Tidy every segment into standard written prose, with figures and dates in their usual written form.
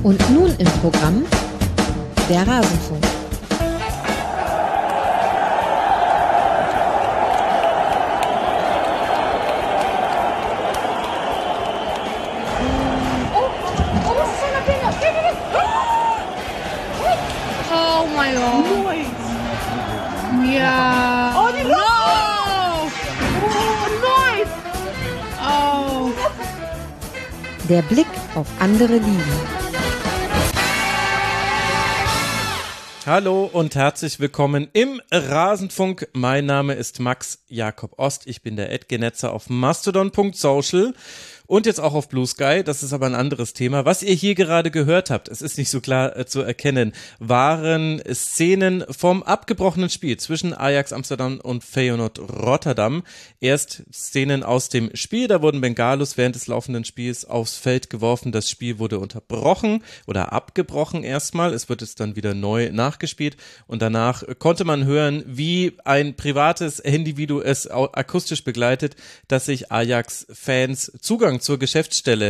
Und nun im Programm der Rasenfunk. Oh mein Gott. Ja. Oh, die Luft. No. Oh, nice. Oh. Der Blick auf andere Ligen. Hallo und herzlich willkommen im Rasenfunk. Mein Name ist Max Jakob Ost. Ich bin der Edgenetzer auf mastodon.social und jetzt auch auf Blue Sky. Das ist aber ein anderes Thema. Was ihr hier gerade gehört habt, es ist nicht so klar zu erkennen, waren Szenen vom abgebrochenen Spiel zwischen Ajax Amsterdam und Feyenoord Rotterdam. Erst Szenen aus dem Spiel, da wurden Bengalos während des laufenden Spiels aufs Feld geworfen. Das Spiel wurde unterbrochen oder abgebrochen erstmal. Es wird jetzt dann wieder neu nachgespielt und danach konnte man hören, wie ein privates Handyvideo es akustisch begleitet, dass sich Ajax-Fans Zugang zur Geschäftsstelle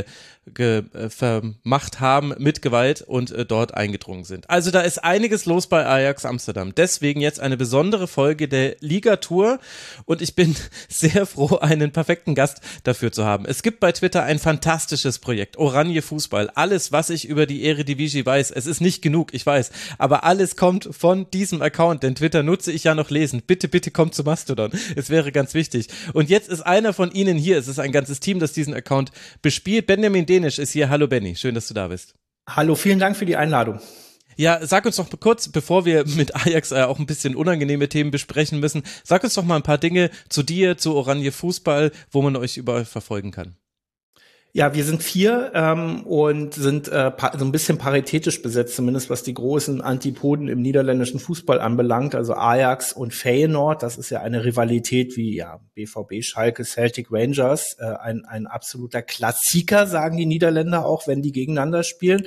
vermacht haben mit Gewalt und dort eingedrungen sind. Also da ist einiges los bei Ajax Amsterdam. Deswegen jetzt eine besondere Folge der Liga-Tour und ich bin sehr froh, einen perfekten Gast dafür zu haben. Es gibt bei Twitter ein fantastisches Projekt, Oranje Fußball. Alles, was ich über die Eredivisie weiß, es ist nicht genug, ich weiß, aber alles kommt von diesem Account, denn Twitter nutze ich ja noch lesend. Bitte, bitte kommt zu Mastodon. Es wäre ganz wichtig. Und jetzt ist einer von Ihnen hier. Es ist ein ganzes Team, das diesen Account bespielt. Benjamin Dänisch ist hier. Hallo Benny, schön, dass du da bist. Hallo, vielen Dank für die Einladung. Ja, sag uns doch kurz, bevor wir mit Ajax auch ein bisschen unangenehme Themen besprechen müssen, sag uns doch mal ein paar Dinge zu dir, zu Oranje Fußball, wo man euch überall verfolgen kann. Ja, wir sind 4 und sind so ein bisschen paritätisch besetzt, zumindest was die großen Antipoden im niederländischen Fußball anbelangt. Also Ajax und Feyenoord, das ist ja eine Rivalität wie BVB, Schalke, Celtic, Rangers. Ein absoluter Klassiker, sagen die Niederländer auch, wenn die gegeneinander spielen.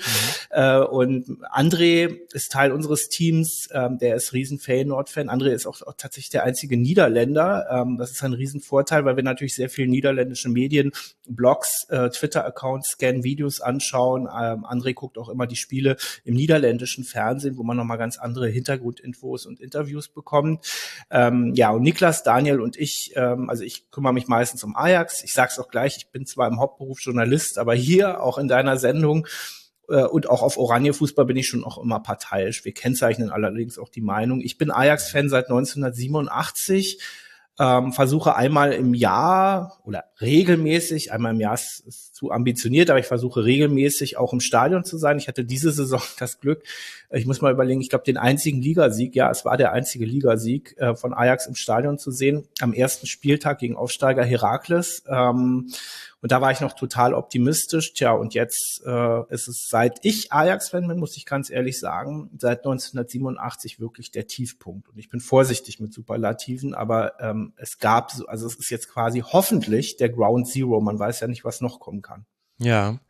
Und André ist Teil unseres Teams, der ist riesen Feyenoord-Fan. André ist auch tatsächlich der einzige Niederländer. Das ist ein Riesenvorteil, weil wir natürlich sehr viele niederländische Medien, Blogs, Twitter-Accounts scannen, Videos anschauen. André guckt auch immer die Spiele im niederländischen Fernsehen, wo man nochmal ganz andere Hintergrundinfos und Interviews bekommt. Und Niklas, Daniel und ich, also ich kümmere mich meistens um Ajax. Ich sag's auch gleich, ich bin zwar im Hauptberuf Journalist, aber hier auch in deiner Sendung und auch auf Oranje Fußball bin ich schon auch immer parteiisch. Wir kennzeichnen allerdings auch die Meinung. Ich bin Ajax-Fan seit 1987. Versuche einmal im Jahr oder regelmäßig, einmal im Jahr ist zu ambitioniert, aber ich versuche regelmäßig auch im Stadion zu sein. Ich hatte diese Saison das Glück, ich muss mal überlegen, ich glaube den einzigen Ligasieg, es war der einzige Ligasieg von Ajax im Stadion zu sehen, am ersten Spieltag gegen Aufsteiger Herakles. Und da war ich noch total optimistisch. Und jetzt ist es, seit ich Ajax-Fan bin, muss ich ganz ehrlich sagen, seit 1987 wirklich der Tiefpunkt. Und ich bin vorsichtig mit Superlativen, aber es ist jetzt quasi hoffentlich der Ground Zero. Man weiß ja nicht, was noch kommen kann. Ja.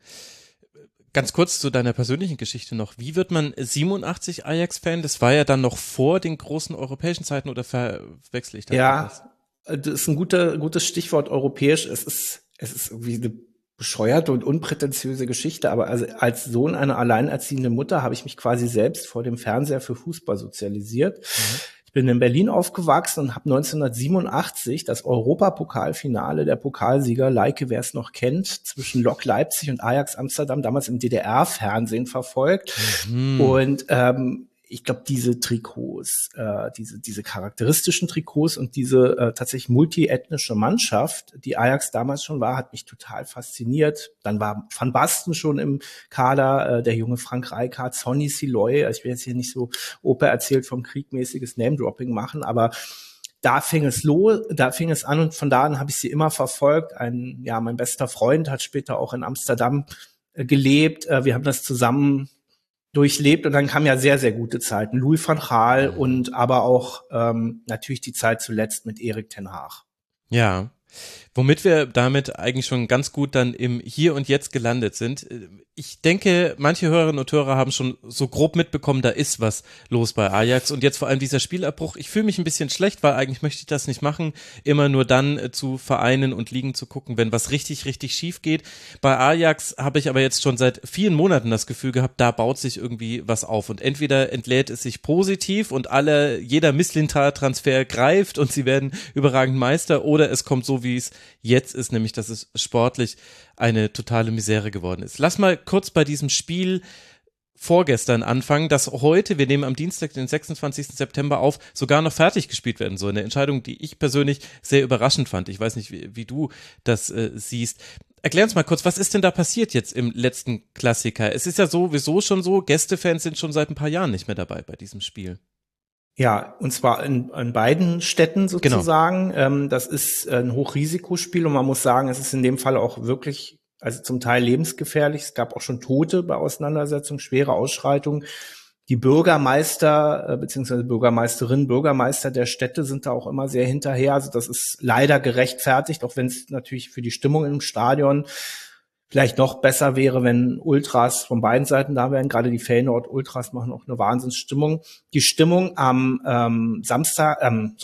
Ganz kurz zu deiner persönlichen Geschichte noch. Wie wird man 87 Ajax-Fan? Das war ja dann noch vor den großen europäischen Zeiten, oder verwechsel ich das? Ja, das ist ein gutes Stichwort, europäisch. Es ist irgendwie eine bescheuerte und unprätentiöse Geschichte, aber also als Sohn einer alleinerziehenden Mutter habe ich mich quasi selbst vor dem Fernseher für Fußball sozialisiert. Ich bin in Berlin aufgewachsen und habe 1987 das Europapokalfinale der Pokalsieger, wer es noch kennt, zwischen Lok Leipzig und Ajax Amsterdam, damals im DDR-Fernsehen verfolgt. Und ich glaube, diese Trikots, diese charakteristischen Trikots und diese tatsächlich multiethnische Mannschaft, die Ajax damals schon war, hat mich total fasziniert. Dann war Van Basten schon im Kader, der junge Frank Rijkaard, Sonny Siloy. Ich will jetzt hier nicht so Oper erzählt vom Kriegmäßiges Name-Dropping machen, aber da fing es an und von da an habe ich sie immer verfolgt. Mein bester Freund hat später auch in Amsterdam gelebt. Wir haben das zusammen durchlebt und dann kamen ja sehr, sehr gute Zeiten. Louis van Gaal und aber auch natürlich die Zeit zuletzt mit Erik ten Hag. Ja, Womit wir damit eigentlich schon ganz gut dann im Hier und Jetzt gelandet sind. Ich denke, manche Hörerinnen und Hörer haben schon so grob mitbekommen, da ist was los bei Ajax und jetzt vor allem dieser Spielabbruch. Ich fühle mich ein bisschen schlecht, weil eigentlich möchte ich das nicht machen, immer nur dann zu Vereinen und Ligen zu gucken, wenn was richtig, richtig schief geht. Bei Ajax habe ich aber jetzt schon seit vielen Monaten das Gefühl gehabt, da baut sich irgendwie was auf und entweder entlädt es sich positiv und jeder Mislintat-Transfer greift und sie werden überragend Meister oder es kommt so, wie es jetzt ist, nämlich, dass es sportlich eine totale Misere geworden ist. Lass mal kurz bei diesem Spiel vorgestern anfangen, dass heute, wir nehmen am Dienstag, den 26. September auf, sogar noch fertig gespielt werden soll. Eine Entscheidung, die ich persönlich sehr überraschend fand. Ich weiß nicht, wie du das siehst. Erklär uns mal kurz, was ist denn da passiert jetzt im letzten Klassiker? Es ist ja sowieso schon so, Gästefans sind schon seit ein paar Jahren nicht mehr dabei bei diesem Spiel. Ja, und zwar in beiden Städten sozusagen. Genau. Das ist ein Hochrisikospiel und man muss sagen, es ist in dem Fall auch wirklich, also zum Teil lebensgefährlich. Es gab auch schon Tote bei Auseinandersetzungen, schwere Ausschreitungen. Die Bürgermeister beziehungsweise Bürgermeisterinnen, Bürgermeister der Städte sind da auch immer sehr hinterher. Also das ist leider gerechtfertigt, auch wenn es natürlich für die Stimmung im Stadion vielleicht noch besser wäre, wenn Ultras von beiden Seiten da wären. Gerade die Feyenoord-Ultras machen auch eine Wahnsinnsstimmung. Die Stimmung am Sonntag,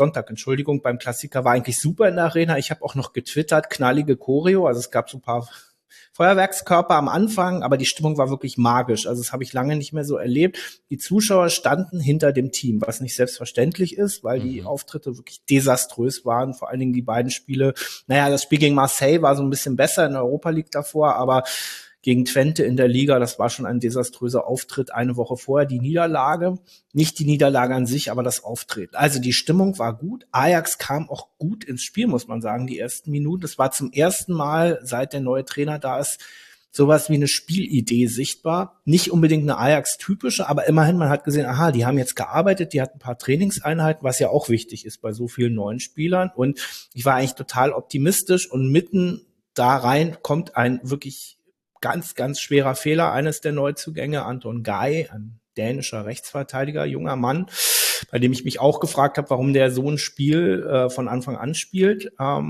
beim Klassiker war eigentlich super in der Arena. Ich habe auch noch getwittert, knallige Choreo. Also es gab so ein paar Feuerwerkskörper am Anfang, aber die Stimmung war wirklich magisch. Also das habe ich lange nicht mehr so erlebt. Die Zuschauer standen hinter dem Team, was nicht selbstverständlich ist, weil die Auftritte wirklich desaströs waren. Vor allen Dingen die beiden Spiele. Naja, das Spiel gegen Marseille war so ein bisschen besser in der Europa League davor, aber gegen Twente in der Liga, das war schon ein desaströser Auftritt eine Woche vorher. Die Niederlage, nicht die Niederlage an sich, aber das Auftreten. Also die Stimmung war gut. Ajax kam auch gut ins Spiel, muss man sagen, die ersten Minuten. Es war zum ersten Mal, seit der neue Trainer da ist, sowas wie eine Spielidee sichtbar. Nicht unbedingt eine Ajax-typische, aber immerhin, man hat gesehen, aha, die haben jetzt gearbeitet, die hatten ein paar Trainingseinheiten, was ja auch wichtig ist bei so vielen neuen Spielern. Und ich war eigentlich total optimistisch und mitten da rein kommt ein wirklich ganz, ganz schwerer Fehler eines der Neuzugänge, Anton Gay, ein dänischer Rechtsverteidiger, junger Mann, bei dem ich mich auch gefragt habe, warum der so ein Spiel von Anfang an spielt.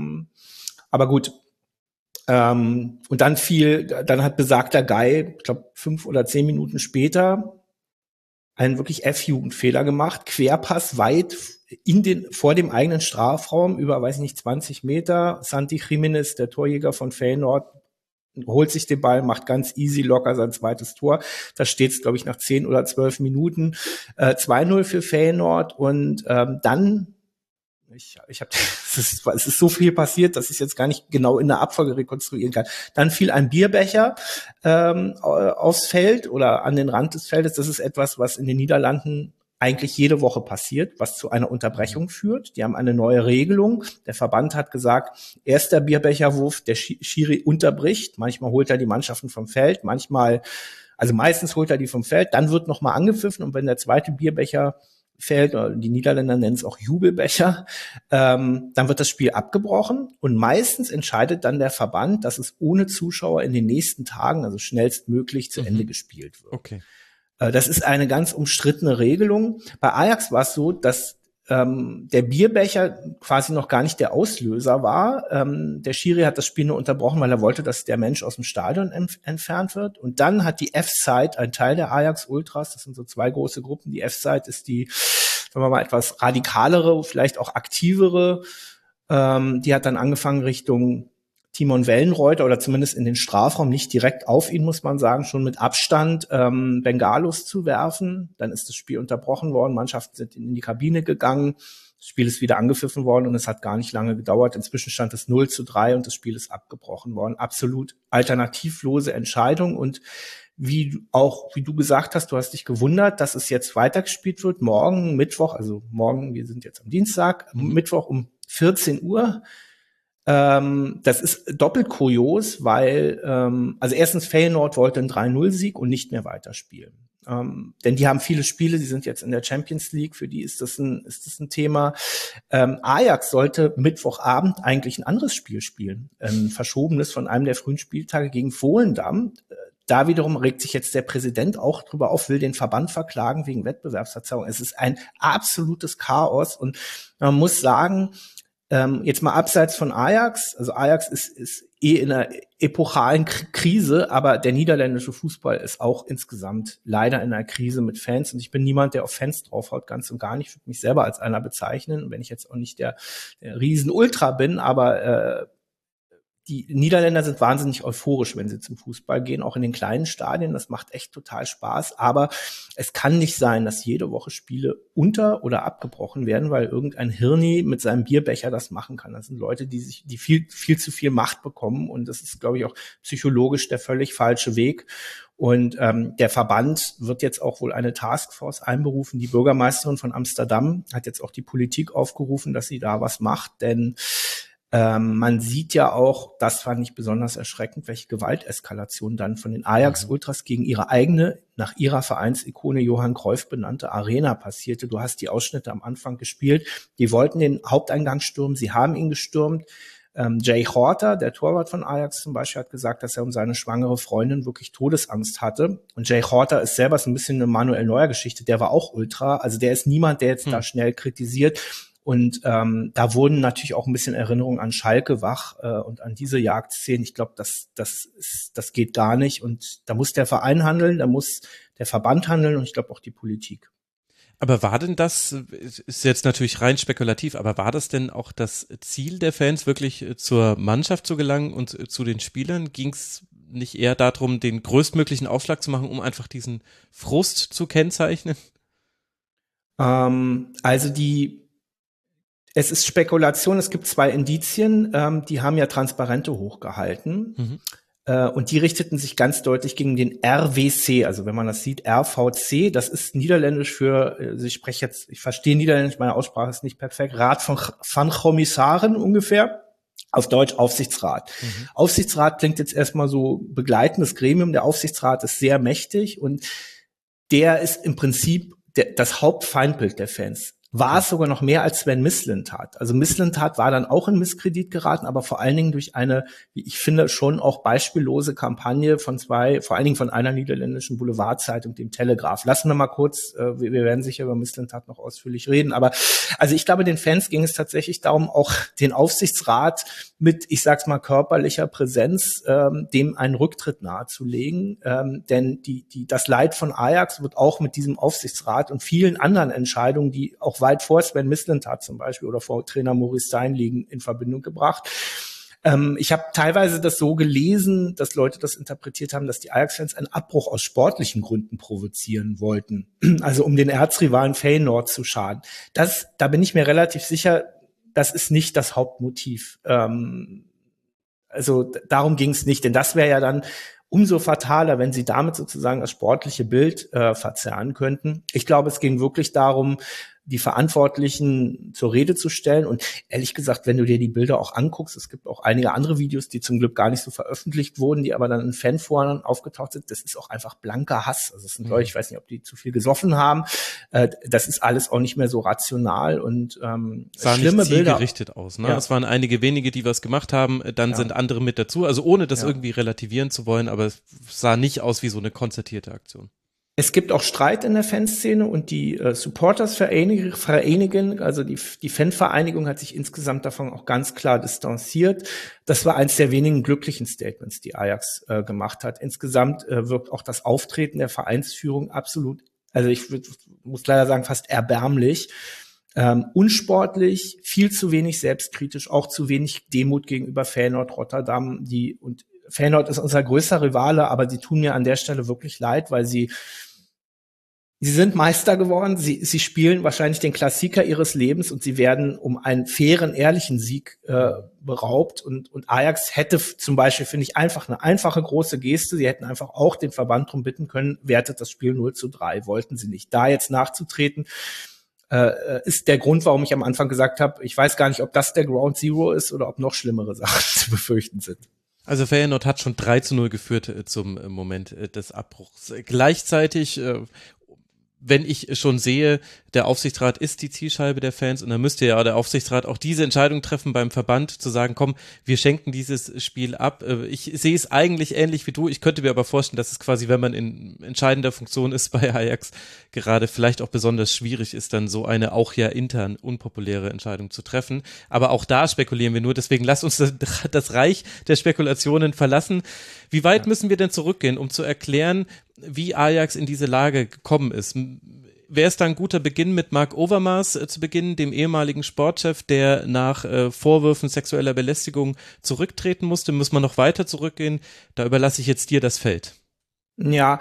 Aber gut. Und dann hat besagter Gay, ich glaube 5 oder 10 Minuten später, einen wirklich F-Jugendfehler gemacht, Querpass weit vor dem eigenen Strafraum über, 20 Meter. Santi Jiménez, der Torjäger von Feyenoord, holt sich den Ball, macht ganz easy, locker sein zweites Tor. Da steht es, glaube ich, nach 10 oder 12 Minuten 2-0 für Feyenoord. Und dann, es ist so viel passiert, dass ich jetzt gar nicht genau in der Abfolge rekonstruieren kann. Dann fiel ein Bierbecher aufs Feld oder an den Rand des Feldes. Das ist etwas, was in den Niederlanden eigentlich jede Woche passiert, was zu einer Unterbrechung führt. Die haben eine neue Regelung. Der Verband hat gesagt, erster Bierbecherwurf, der Schiri unterbricht. Manchmal holt er die Mannschaften vom Feld, meistens holt er die vom Feld. Dann wird nochmal angepfiffen und wenn der zweite Bierbecher fällt, oder die Niederländer nennen es auch Jubelbecher, dann wird das Spiel abgebrochen und meistens entscheidet dann der Verband, dass es ohne Zuschauer in den nächsten Tagen, also schnellstmöglich, zu Ende gespielt wird. Okay. Das ist eine ganz umstrittene Regelung. Bei Ajax war es so, dass der Bierbecher quasi noch gar nicht der Auslöser war. Der Schiri hat das Spiel nur unterbrochen, weil er wollte, dass der Mensch aus dem Stadion entfernt wird. Und dann hat die F-Side, ein Teil der Ajax-Ultras, das sind so zwei große Gruppen, die F-Side ist die, sagen wir mal, etwas radikalere, vielleicht auch aktivere, die hat dann angefangen Richtung Timon Wellenreuter oder zumindest in den Strafraum, nicht direkt auf ihn, muss man sagen, schon mit Abstand Bengalos zu werfen. Dann ist das Spiel unterbrochen worden, Mannschaften sind in die Kabine gegangen, das Spiel ist wieder angepfiffen worden und es hat gar nicht lange gedauert. Inzwischen stand es 0-3 und das Spiel ist abgebrochen worden. Absolut alternativlose Entscheidung und wie du gesagt hast, du hast dich gewundert, dass es jetzt weitergespielt wird. Morgen, Mittwoch, also morgen, wir sind jetzt am Dienstag, Mittwoch um 14 Uhr. Das ist doppelt kurios, weil also erstens Feyenoord wollte einen 3-0-Sieg und nicht mehr weiterspielen. Denn die haben viele Spiele, die sind jetzt in der Champions League, für die ist das ein Thema. Ajax sollte Mittwochabend eigentlich ein anderes Spiel spielen, ein verschobenes von einem der frühen Spieltage gegen Volendam. Da wiederum regt sich jetzt der Präsident auch drüber auf, will den Verband verklagen wegen Wettbewerbsverzerrung. Es ist ein absolutes Chaos und man muss sagen, Jetzt mal abseits von Ajax, also Ajax ist in einer epochalen Krise, aber der niederländische Fußball ist auch insgesamt leider in einer Krise mit Fans und ich bin niemand, der auf Fans draufhaut, ganz und gar nicht. Ich würde mich selber als einer bezeichnen, wenn ich jetzt auch nicht der Riesen-Ultra bin, aber die Niederländer sind wahnsinnig euphorisch, wenn sie zum Fußball gehen, auch in den kleinen Stadien. Das macht echt total Spaß. Aber es kann nicht sein, dass jede Woche Spiele unter- oder abgebrochen werden, weil irgendein Hirni mit seinem Bierbecher das machen kann. Das sind Leute, die viel zu viel Macht bekommen. Und das ist, glaube ich, auch psychologisch der völlig falsche Weg. Und der Verband wird jetzt auch wohl eine Taskforce einberufen. Die Bürgermeisterin von Amsterdam hat jetzt auch die Politik aufgerufen, dass sie da was macht. Denn man sieht ja auch, das fand ich besonders erschreckend, welche Gewalteskalation dann von den Ajax-Ultras gegen ihre eigene, nach ihrer Vereinsikone Johann Cruyff benannte Arena passierte. Du hast die Ausschnitte am Anfang gespielt. Die wollten den Haupteingang stürmen, sie haben ihn gestürmt. Jay Horter, der Torwart von Ajax zum Beispiel, hat gesagt, dass er um seine schwangere Freundin wirklich Todesangst hatte. Und Jay Horter ist selber so ein bisschen eine Manuel Neuer-Geschichte, der war auch Ultra. Also der ist niemand, der jetzt da schnell kritisiert. Und da wurden natürlich auch ein bisschen Erinnerungen an Schalke wach und an diese Jagdszenen. Ich glaube, das geht gar nicht. Und da muss der Verein handeln, da muss der Verband handeln und ich glaube auch die Politik. Aber war denn das, ist jetzt natürlich rein spekulativ, aber war das denn auch das Ziel der Fans, wirklich zur Mannschaft zu gelangen und zu den Spielern? Ging es nicht eher darum, den größtmöglichen Aufschlag zu machen, um einfach diesen Frust zu kennzeichnen? Es ist Spekulation, es gibt 2 Indizien, die haben ja Transparente hochgehalten und die richteten sich ganz deutlich gegen den RWC, also wenn man das sieht, RVC, das ist niederländisch für, also ich verstehe Niederländisch, meine Aussprache ist nicht perfekt, Rat von Kommissaren ungefähr, auf Deutsch Aufsichtsrat. Aufsichtsrat klingt jetzt erstmal so begleitendes Gremium, der Aufsichtsrat ist sehr mächtig und der ist im Prinzip das Hauptfeindbild der Fans. War es sogar noch mehr als Sven Mislintat. Also Mislintat war dann auch in Misskredit geraten, aber vor allen Dingen durch eine, wie ich finde, schon auch beispiellose Kampagne von 2, vor allen Dingen von einer niederländischen Boulevardzeitung, dem Telegraph. Lassen wir mal kurz, wir werden sicher über Mislintat noch ausführlich reden, aber also ich glaube, den Fans ging es tatsächlich darum, auch den Aufsichtsrat mit, ich sag's mal, körperlicher Präsenz dem einen Rücktritt nahezulegen, denn das Leid von Ajax wird auch mit diesem Aufsichtsrat und vielen anderen Entscheidungen, die auch weit vor Sven Mislintat zum Beispiel oder vor Trainer Maurice Stein liegen, in Verbindung gebracht. Ich habe teilweise das so gelesen, dass Leute das interpretiert haben, dass die Ajax-Fans einen Abbruch aus sportlichen Gründen provozieren wollten, also um den Erzrivalen Feyenoord zu schaden. Da bin ich mir relativ sicher, das ist nicht das Hauptmotiv. Also darum ging es nicht, denn das wäre ja dann umso fataler, wenn sie damit sozusagen das sportliche Bild verzerren könnten. Ich glaube, es ging wirklich darum, die Verantwortlichen zur Rede zu stellen. Und ehrlich gesagt, wenn du dir die Bilder auch anguckst, es gibt auch einige andere Videos, die zum Glück gar nicht so veröffentlicht wurden, die aber dann in Fanforen aufgetaucht sind. Das ist auch einfach blanker Hass. Also es sind Leute, ich weiß nicht, ob die zu viel gesoffen haben. Das ist alles auch nicht mehr so rational und sah schlimme nicht Bilder. zielgerichtet aus. Ne? Ja. Es waren einige wenige, die was gemacht haben. Dann sind andere mit dazu. Also ohne das irgendwie relativieren zu wollen, aber es sah nicht aus wie so eine konzertierte Aktion. Es gibt auch Streit in der Fanszene und die Supporters vereinigen, also die Fanvereinigung hat sich insgesamt davon auch ganz klar distanziert. Das war eins der wenigen glücklichen Statements, die Ajax gemacht hat. Insgesamt wirkt auch das Auftreten der Vereinsführung absolut, also ich muss leider sagen, fast erbärmlich. Unsportlich, viel zu wenig selbstkritisch, auch zu wenig Demut gegenüber Feyenoord Rotterdam, und Feyenoord ist unser größter Rivale, aber die tun mir an der Stelle wirklich leid, weil sie sind Meister geworden, sie spielen wahrscheinlich den Klassiker ihres Lebens und sie werden um einen fairen, ehrlichen Sieg beraubt und Ajax hätte zum Beispiel, finde ich, einfach eine einfache große Geste, sie hätten einfach auch den Verband drum bitten können, wertet das Spiel 0:3, wollten sie nicht. Da jetzt nachzutreten, ist der Grund, warum ich am Anfang gesagt habe, ich weiß gar nicht, ob das der Ground Zero ist oder ob noch schlimmere Sachen zu befürchten sind. Also Feyenoord hat schon 3:0 geführt zum Moment des Abbruchs. Gleichzeitig wenn ich schon sehe, der Aufsichtsrat ist die Zielscheibe der Fans und dann müsste ja der Aufsichtsrat auch diese Entscheidung treffen beim Verband, zu sagen, komm, wir schenken dieses Spiel ab. Ich sehe es eigentlich ähnlich wie du. Ich könnte mir aber vorstellen, dass es quasi, wenn man in entscheidender Funktion ist bei Ajax, gerade vielleicht auch besonders schwierig ist, dann so eine auch ja intern unpopuläre Entscheidung zu treffen. Aber auch da spekulieren wir nur. Deswegen lasst uns das Reich der Spekulationen verlassen. Wie weit müssen wir denn zurückgehen, um zu erklären, wie Ajax in diese Lage gekommen ist? Wäre es da ein guter Beginn mit Marc Overmars zu beginnen, dem ehemaligen Sportchef, der nach Vorwürfen sexueller Belästigung zurücktreten musste? Muss man noch weiter zurückgehen? Da überlasse ich jetzt dir das Feld. Ja,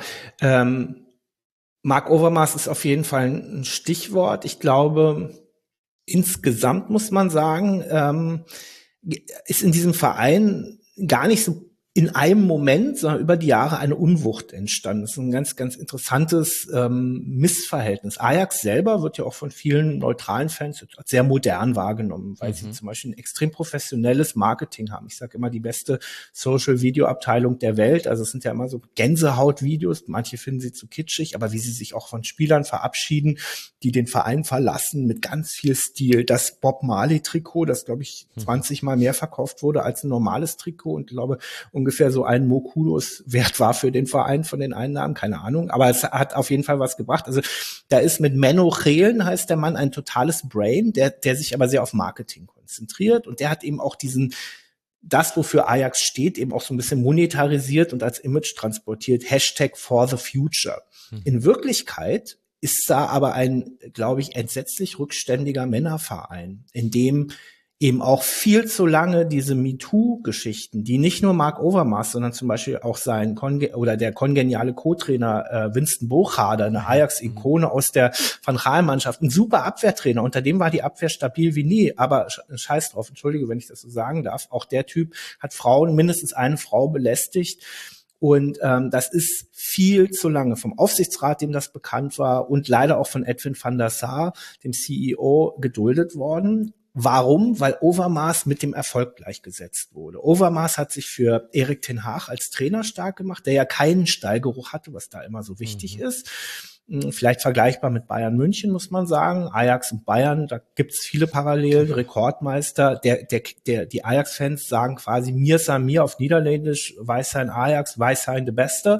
Marc Overmars ist auf jeden Fall ein Stichwort. Ich glaube, insgesamt muss man sagen, ist in diesem Verein gar nicht so in einem Moment, sondern über die Jahre eine Unwucht entstanden. Das ist ein ganz, ganz interessantes Missverhältnis. Ajax selber wird ja auch von vielen neutralen Fans als sehr modern wahrgenommen, weil sie zum Beispiel ein extrem professionelles Marketing haben. Ich sage immer, die beste Social-Video-Abteilung der Welt. Also es sind ja immer so Gänsehaut-Videos. Manche finden sie zu kitschig, aber wie sie sich auch von Spielern verabschieden, die den Verein verlassen, mit ganz viel Stil. Das Bob Marley-Trikot, das, glaube ich, 20 Mal mehr verkauft wurde als ein normales Trikot und glaube, ungefähr so ein Mokulos wert war für den Verein von den Einnahmen, keine Ahnung, aber es hat auf jeden Fall was gebracht. Also da ist mit Menno Chelen, heißt der Mann, ein totales Brain, der sich aber sehr auf Marketing konzentriert und der hat eben auch das, wofür Ajax steht, eben auch so ein bisschen monetarisiert und als Image transportiert, #ForTheFuture. In Wirklichkeit ist da aber ein, glaube ich, entsetzlich rückständiger Männerverein, in dem eben auch viel zu lange diese MeToo-Geschichten, die nicht nur Marc Overmars, sondern zum Beispiel auch der kongeniale Co-Trainer Winston Bochade, eine Ajax-Ikone aus der Van Gaal-Mannschaft, ein super Abwehrtrainer, unter dem war die Abwehr stabil wie nie, aber scheiß drauf, entschuldige, wenn ich das so sagen darf, auch der Typ hat mindestens eine Frau belästigt. Und das ist viel zu lange vom Aufsichtsrat, dem das bekannt war, und leider auch von Edwin van der Sar, dem CEO, geduldet worden. Warum? Weil Overmars mit dem Erfolg gleichgesetzt wurde. Overmars hat sich für Erik ten Hag als Trainer stark gemacht, der ja keinen Stallgeruch hatte, was da immer so wichtig ist. Vielleicht vergleichbar mit Bayern München, muss man sagen. Ajax und Bayern, da gibt's viele Parallelen. Rekordmeister. Die Ajax-Fans sagen quasi mir san mir auf Niederländisch, weiß sein Ajax, weiß sein de Beste.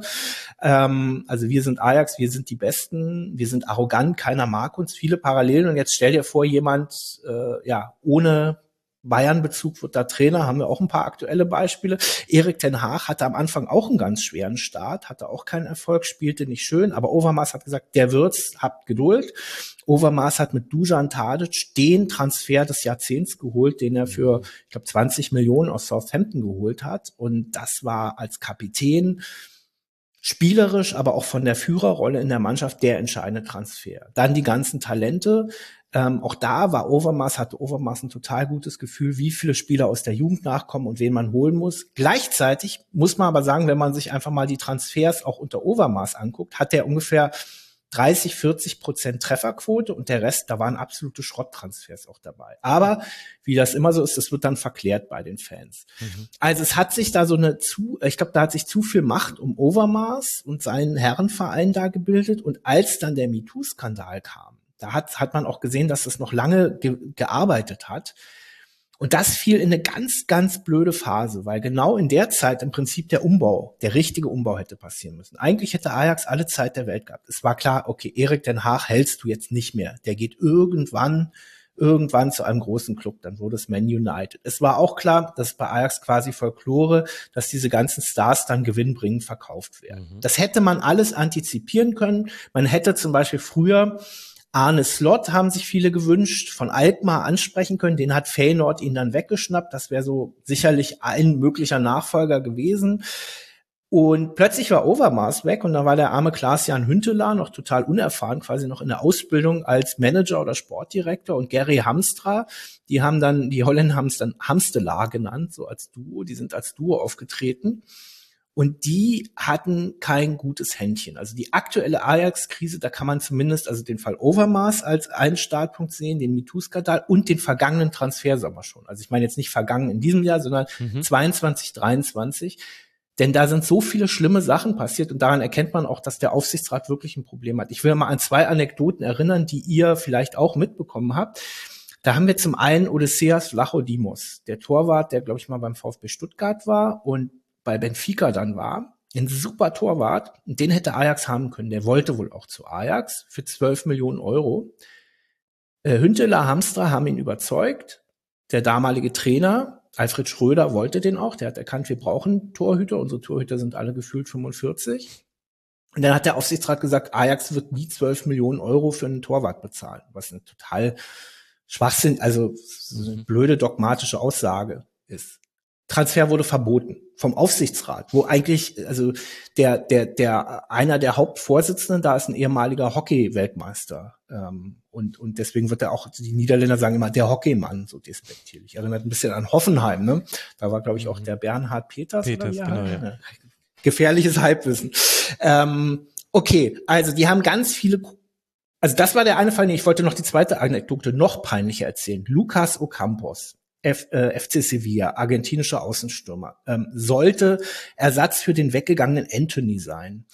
Also wir sind Ajax, wir sind die Besten, wir sind arrogant, keiner mag uns. Viele Parallelen. Und jetzt stell dir vor, jemand ohne Bayern-Bezug wird da Trainer, haben wir auch ein paar aktuelle Beispiele. Erik ten Hag hatte am Anfang auch einen ganz schweren Start, hatte auch keinen Erfolg, spielte nicht schön, aber Overmars hat gesagt, der wird's, habt Geduld. Overmars hat mit Dusan Tadic den Transfer des Jahrzehnts geholt, den er für, ich glaube, 20 Millionen aus Southampton geholt hat. Und das war als Kapitän spielerisch, aber auch von der Führerrolle in der Mannschaft der entscheidende Transfer. Dann die ganzen Talente. Auch da hatte Overmars ein total gutes Gefühl, wie viele Spieler aus der Jugend nachkommen und wen man holen muss. Gleichzeitig muss man aber sagen, wenn man sich einfach mal die Transfers auch unter Overmars anguckt, hat der ungefähr 30-40% Trefferquote und der Rest, da waren absolute Schrotttransfers auch dabei. Aber wie das immer so ist, das wird dann verklärt bei den Fans. Also es hat sich da ich glaube, da hat sich zu viel Macht um Overmars und seinen Herrenverein da gebildet, und als dann der MeToo-Skandal kam, da hat man auch gesehen, dass es noch lange gearbeitet hat. Und das fiel in eine ganz, ganz blöde Phase, weil genau in der Zeit im Prinzip der richtige Umbau hätte passieren müssen. Eigentlich hätte Ajax alle Zeit der Welt gehabt. Es war klar, okay, Erik ten Hag hältst du jetzt nicht mehr. Der geht irgendwann zu einem großen Club, dann wurde es Man United. Es war auch klar, dass bei Ajax quasi Folklore, dass diese ganzen Stars dann gewinnbringend verkauft werden. Das hätte man alles antizipieren können. Man hätte zum Beispiel früher Arne Slot, haben sich viele gewünscht, von Alkmaar ansprechen können. Den hat Feyenoord ihn dann weggeschnappt. Das wäre so sicherlich ein möglicher Nachfolger gewesen. Und plötzlich war Overmars weg und da war der arme Klaas-Jan Huntelaar noch total unerfahren, quasi noch in der Ausbildung als Manager oder Sportdirektor, und Gary Hamstra, die Holländer haben es dann Hamstelaar genannt, so als Duo, die sind als Duo aufgetreten. Und die hatten kein gutes Händchen. Also die aktuelle Ajax-Krise, da kann man zumindest also den Fall Overmars als einen Startpunkt sehen, den MeToo-Skandal und den vergangenen Transfersommer schon. Also ich meine jetzt nicht vergangen in diesem Jahr, sondern 22, 23. Denn da sind so viele schlimme Sachen passiert und daran erkennt man auch, dass der Aufsichtsrat wirklich ein Problem hat. Ich will mal an 2 Anekdoten erinnern, die ihr vielleicht auch mitbekommen habt. Da haben wir zum einen Odysseas Vlachodimos, der Torwart, der, glaube ich, mal beim VfB Stuttgart war und bei Benfica dann war. Ein super Torwart. Und den hätte Ajax haben können. Der wollte wohl auch zu Ajax für 12 Millionen Euro. Huntelaar, Hamstra haben ihn überzeugt. Der damalige Trainer Alfred Schröder wollte den auch. Der hat erkannt, wir brauchen Torhüter. Unsere Torhüter sind alle gefühlt 45. Und dann hat der Aufsichtsrat gesagt, Ajax wird nie 12 Millionen Euro für einen Torwart bezahlen. Was eine total Schwachsinn, also so eine blöde dogmatische Aussage ist. Transfer wurde verboten vom Aufsichtsrat, wo eigentlich, also einer der Hauptvorsitzenden da ist ein ehemaliger Hockey-Weltmeister. Und deswegen wird er auch, die Niederländer sagen immer, der Hockeymann, so despektierlich. Erinnert ein bisschen an Hoffenheim, ne? Da war, glaube ich, auch der Bernhard Peters oder wie genau, ja. Gefährliches Halbwissen. Okay, also die haben ganz viele, also das war der eine Fall, ich wollte noch die zweite Anekdote noch peinlicher erzählen. Lucas Ocampos, FC Sevilla, argentinischer Außenstürmer, sollte Ersatz für den weggegangenen Anthony sein.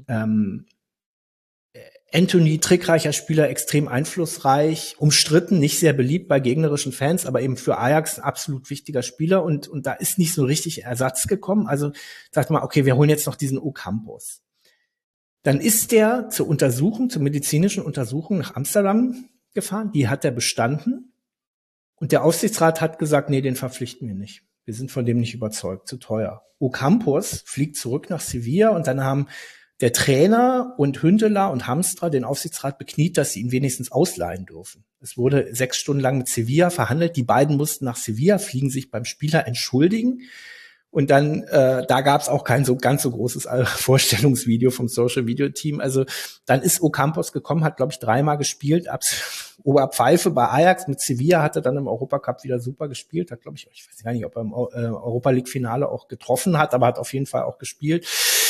Anthony, trickreicher Spieler, extrem einflussreich, umstritten, nicht sehr beliebt bei gegnerischen Fans, aber eben für Ajax ein absolut wichtiger Spieler und da ist nicht so richtig Ersatz gekommen. Also sagt man, okay, wir holen jetzt noch diesen Ocampos. Dann ist der zur Untersuchung, zur medizinischen Untersuchung nach Amsterdam gefahren. Die hat er bestanden. Und der Aufsichtsrat hat gesagt, nee, den verpflichten wir nicht. Wir sind von dem nicht überzeugt, zu teuer. Ocampos fliegt zurück nach Sevilla und dann haben der Trainer und Huntelaar und Hamstra den Aufsichtsrat bekniet, dass sie ihn wenigstens ausleihen dürfen. Es wurde 6 Stunden lang mit Sevilla verhandelt. Die beiden mussten nach Sevilla fliegen, sich beim Spieler entschuldigen. Und dann, da gab es auch kein so ganz so großes Vorstellungsvideo vom Social Video Team. Also dann ist Ocampos gekommen, hat, glaube ich, 3-mal gespielt, Oberpfeife bei Ajax mit Sevilla, hatte dann im Europacup wieder super gespielt, hat, glaube ich weiß gar nicht, ob er im Europa League Finale auch getroffen hat, aber hat auf jeden Fall auch gespielt.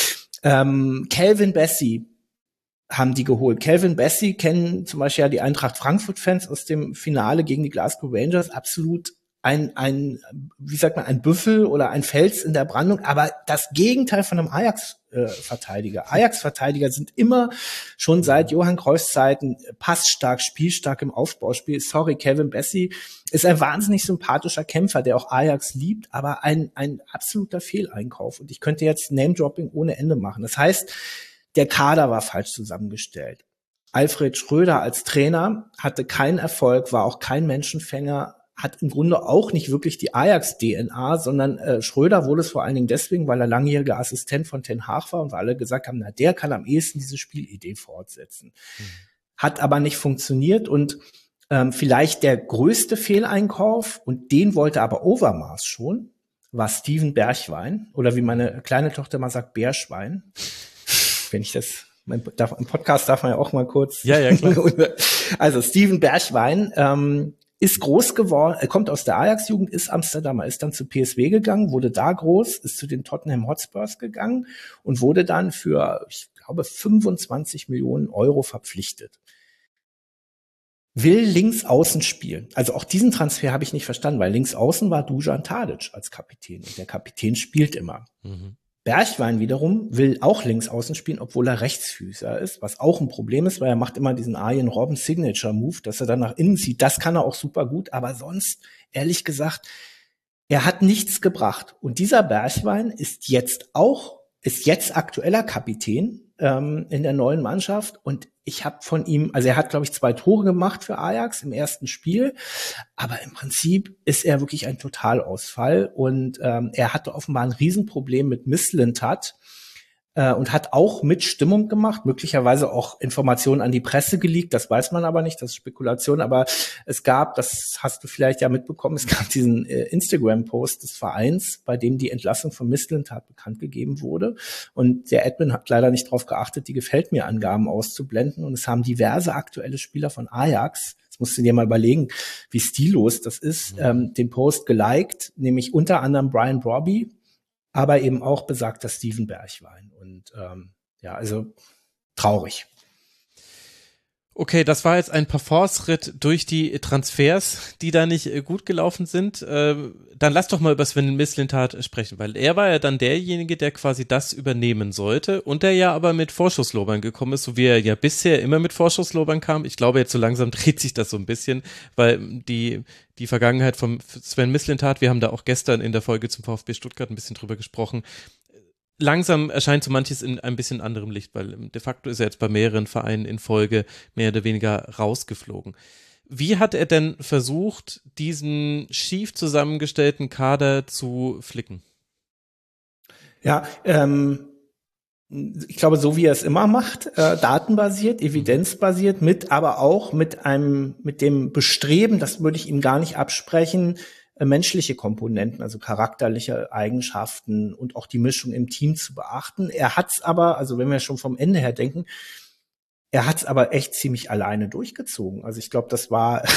Calvin Bassey haben die geholt. Calvin Bassey kennen zum Beispiel ja die Eintracht Frankfurt-Fans aus dem Finale gegen die Glasgow Rangers, absolut ein Büffel oder ein Fels in der Brandung, aber das Gegenteil von einem Ajax-Verteidiger. Ajax-Verteidiger sind immer schon seit Johann Cruyffs Zeiten passstark, spielstark im Aufbauspiel. Sorry, Calvin Bassey ist ein wahnsinnig sympathischer Kämpfer, der auch Ajax liebt, aber ein absoluter Fehleinkauf. Und ich könnte jetzt Name-Dropping ohne Ende machen. Das heißt, der Kader war falsch zusammengestellt. Alfred Schröder als Trainer hatte keinen Erfolg, war auch kein Menschenfänger, hat im Grunde auch nicht wirklich die Ajax-DNA, sondern Schröder wurde es vor allen Dingen deswegen, weil er langjähriger Assistent von Ten Hag war und weil alle gesagt haben, na, der kann am ehesten diese Spielidee fortsetzen. Hat aber nicht funktioniert und vielleicht der größte Fehleinkauf, und den wollte aber Overmars schon, war Steven Bergwijn, oder wie meine kleine Tochter mal sagt, Bärschwein. Wenn ich das, im Podcast darf man ja auch mal kurz. Ja, klar. Also Steven Bergwijn, ist groß geworden, er kommt aus der Ajax-Jugend, ist Amsterdamer, ist dann zu PSW gegangen, wurde da groß, ist zu den Tottenham Hotspurs gegangen und wurde dann für, ich glaube, 25 Millionen Euro verpflichtet. Will links außen spielen. Also auch diesen Transfer habe ich nicht verstanden, weil links außen war Dusan Tadic als Kapitän und der Kapitän spielt immer. Bergwijn wiederum will auch links außen spielen, obwohl er Rechtsfüßer ist, was auch ein Problem ist, weil er macht immer diesen Arjen Robben Signature Move, dass er dann nach innen zieht. Das kann er auch super gut, aber sonst, ehrlich gesagt, er hat nichts gebracht. Und dieser Bergwijn ist jetzt aktueller Kapitän in der neuen Mannschaft und ich habe von ihm, also er hat, glaube ich, 2 Tore gemacht für Ajax im ersten Spiel, aber im Prinzip ist er wirklich ein Totalausfall und er hatte offenbar ein Riesenproblem mit Mislintat und hat auch mit Stimmung gemacht, möglicherweise auch Informationen an die Presse geleakt, das weiß man aber nicht, das ist Spekulation, aber es gab, das hast du vielleicht ja mitbekommen, es gab diesen Instagram-Post des Vereins, bei dem die Entlassung von Mislintat bekannt gegeben wurde und der Admin hat leider nicht darauf geachtet, die Gefällt-mir-Angaben auszublenden und es haben diverse aktuelle Spieler von Ajax, das musst du dir mal überlegen, wie stillos das ist, den Post geliked, nämlich unter anderem Brian Brobby, aber eben auch besagter Steven Bergwijn. Und also traurig. Okay, das war jetzt ein Parforce-Ritt durch die Transfers, die da nicht gut gelaufen sind. Dann lass doch mal über Sven Mislintat sprechen, weil er war ja dann derjenige, der quasi das übernehmen sollte und der ja aber mit Vorschusslobern gekommen ist, so wie er ja bisher immer mit Vorschusslobern kam. Ich glaube, jetzt so langsam dreht sich das so ein bisschen, weil die Vergangenheit von Sven Mislintat, wir haben da auch gestern in der Folge zum VfB Stuttgart ein bisschen drüber gesprochen, langsam erscheint so manches in ein bisschen anderem Licht, weil de facto ist er jetzt bei mehreren Vereinen in Folge mehr oder weniger rausgeflogen. Wie hat er denn versucht, diesen schief zusammengestellten Kader zu flicken? Ja, ich glaube, so wie er es immer macht, datenbasiert, evidenzbasiert, aber auch mit dem Bestreben, das würde ich ihm gar nicht absprechen, menschliche Komponenten, also charakterliche Eigenschaften und auch die Mischung im Team zu beachten. Er hat's aber, also wenn wir schon vom Ende her denken, er hat's aber echt ziemlich alleine durchgezogen. Also ich glaube, das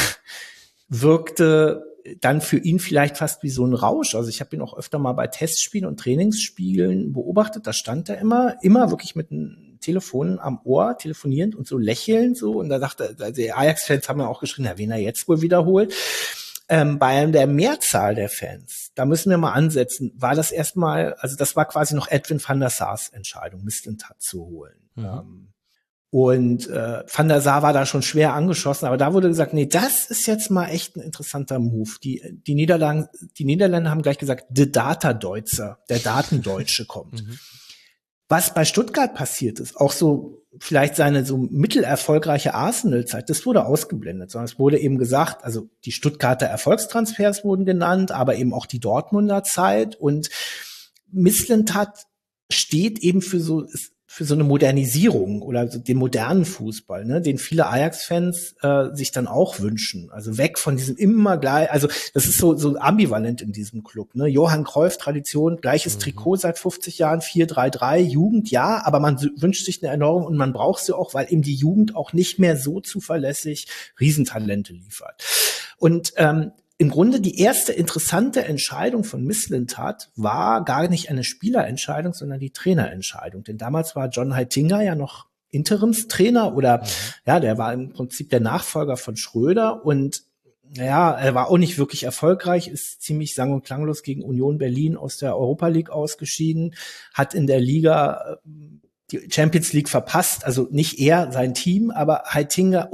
wirkte dann für ihn vielleicht fast wie so ein Rausch. Also ich habe ihn auch öfter mal bei Testspielen und Trainingsspielen beobachtet. Da stand er immer wirklich mit einem Telefon am Ohr, telefonierend und so lächelnd so. Und da dachte, also die Ajax-Fans haben ja auch geschrien, wen er jetzt wohl wiederholt. Bei der Mehrzahl der Fans, da müssen wir mal ansetzen, war das erstmal, also das war quasi noch Edwin van der Saars Entscheidung, Mislintat zu holen. Und Van der Sar war da schon schwer angeschossen, aber da wurde gesagt, nee, das ist jetzt mal echt ein interessanter Move. Die Niederländer haben gleich gesagt, de Datadeutscher, der Datendeutsche kommt. Was bei Stuttgart passiert ist, auch so vielleicht seine so mittelerfolgreiche Arsenal-Zeit, das wurde ausgeblendet, sondern es wurde eben gesagt, also die Stuttgarter Erfolgstransfers wurden genannt, aber eben auch die Dortmunder Zeit und Mislintat steht eben für so eine Modernisierung oder so den modernen Fußball, ne, den viele Ajax-Fans sich dann auch wünschen. Also weg von diesem immer gleich, also das ist so ambivalent in diesem Club. Ne? Johann Cruyff, Tradition, gleiches Trikot seit 50 Jahren, 4-3-3, Jugend, ja, aber man wünscht sich eine Erneuerung und man braucht sie auch, weil eben die Jugend auch nicht mehr so zuverlässig Riesentalente liefert. Und im Grunde die erste interessante Entscheidung von Mislintat war gar nicht eine Spielerentscheidung, sondern die Trainerentscheidung. Denn damals war John Heitinga ja noch Interimstrainer oder ja, der war im Prinzip der Nachfolger von Schröder und ja, er war auch nicht wirklich erfolgreich, ist ziemlich sang- und klanglos gegen Union Berlin aus der Europa League ausgeschieden, hat in der Liga die Champions League verpasst, also nicht er, sein Team, aber Heitinga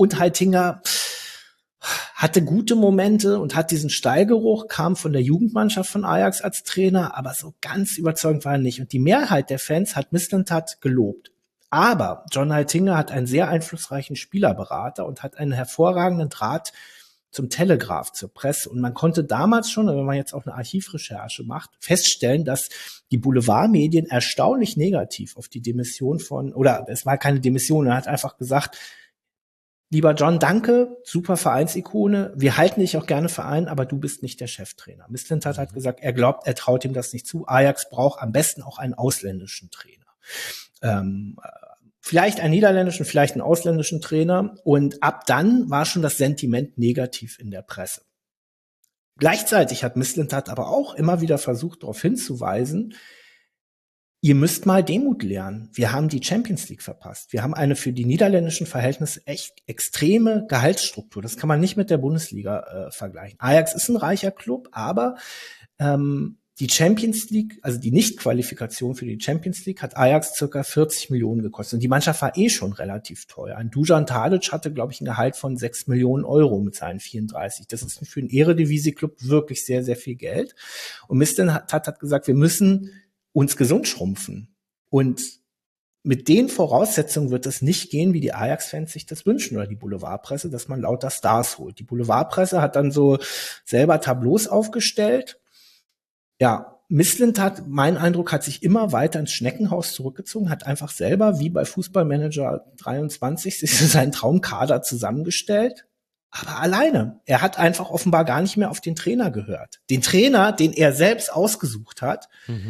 hatte gute Momente und hat diesen Stallgeruch, kam von der Jugendmannschaft von Ajax als Trainer, aber so ganz überzeugend war er nicht. Und die Mehrheit der Fans hat Mislintat gelobt. Aber John Heitinga hat einen sehr einflussreichen Spielerberater und hat einen hervorragenden Draht zum Telegraph, zur Presse. Und man konnte damals schon, wenn man jetzt auch eine Archivrecherche macht, feststellen, dass die Boulevardmedien erstaunlich negativ auf die Demission oder es war keine Demission, er hat einfach gesagt, lieber John, danke, super Vereinsikone. Wir halten dich auch gerne Verein, aber du bist nicht der Cheftrainer. Mislintat hat gesagt, er glaubt, er traut ihm das nicht zu. Ajax braucht am besten auch einen ausländischen Trainer. Vielleicht einen niederländischen, vielleicht einen ausländischen Trainer. Und ab dann war schon das Sentiment negativ in der Presse. Gleichzeitig hat Mislintat aber auch immer wieder versucht, darauf hinzuweisen, ihr müsst mal Demut lernen. Wir haben die Champions League verpasst. Wir haben eine für die niederländischen Verhältnisse echt extreme Gehaltsstruktur. Das kann man nicht mit der Bundesliga vergleichen. Ajax ist ein reicher Club, aber die Champions League, also die Nichtqualifikation für die Champions League, hat Ajax circa 40 Millionen gekostet. Und die Mannschaft war schon relativ teuer. Ein Dusan Tadic hatte, glaube ich, ein Gehalt von 6 Millionen Euro mit seinen 34. Das ist für einen Eredivisie-Club wirklich sehr, sehr viel Geld. Und Mislintat hat gesagt, wir müssen uns gesund schrumpfen. Und mit den Voraussetzungen wird es nicht gehen, wie die Ajax-Fans sich das wünschen oder die Boulevardpresse, dass man lauter Stars holt. Die Boulevardpresse hat dann so selber Tableaus aufgestellt. Ja, Mislintat, mein Eindruck, hat sich immer weiter ins Schneckenhaus zurückgezogen, hat einfach selber, wie bei Fußballmanager 23, sich seinen Traumkader zusammengestellt. Aber alleine. Er hat einfach offenbar gar nicht mehr auf den Trainer gehört. Den Trainer, den er selbst ausgesucht hat.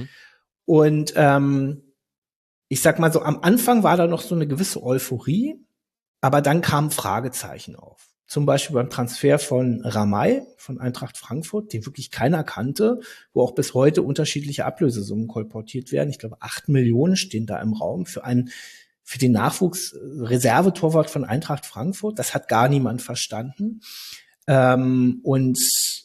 Und ich sag mal so, am Anfang war da noch so eine gewisse Euphorie, aber dann kamen Fragezeichen auf. Zum Beispiel beim Transfer von Ramay von Eintracht Frankfurt, den wirklich keiner kannte, wo auch bis heute unterschiedliche Ablösesummen kolportiert werden. Ich glaube, 8 Millionen stehen da im Raum für einen für den Nachwuchs Reservetorwart von Eintracht Frankfurt. Das hat gar niemand verstanden. Und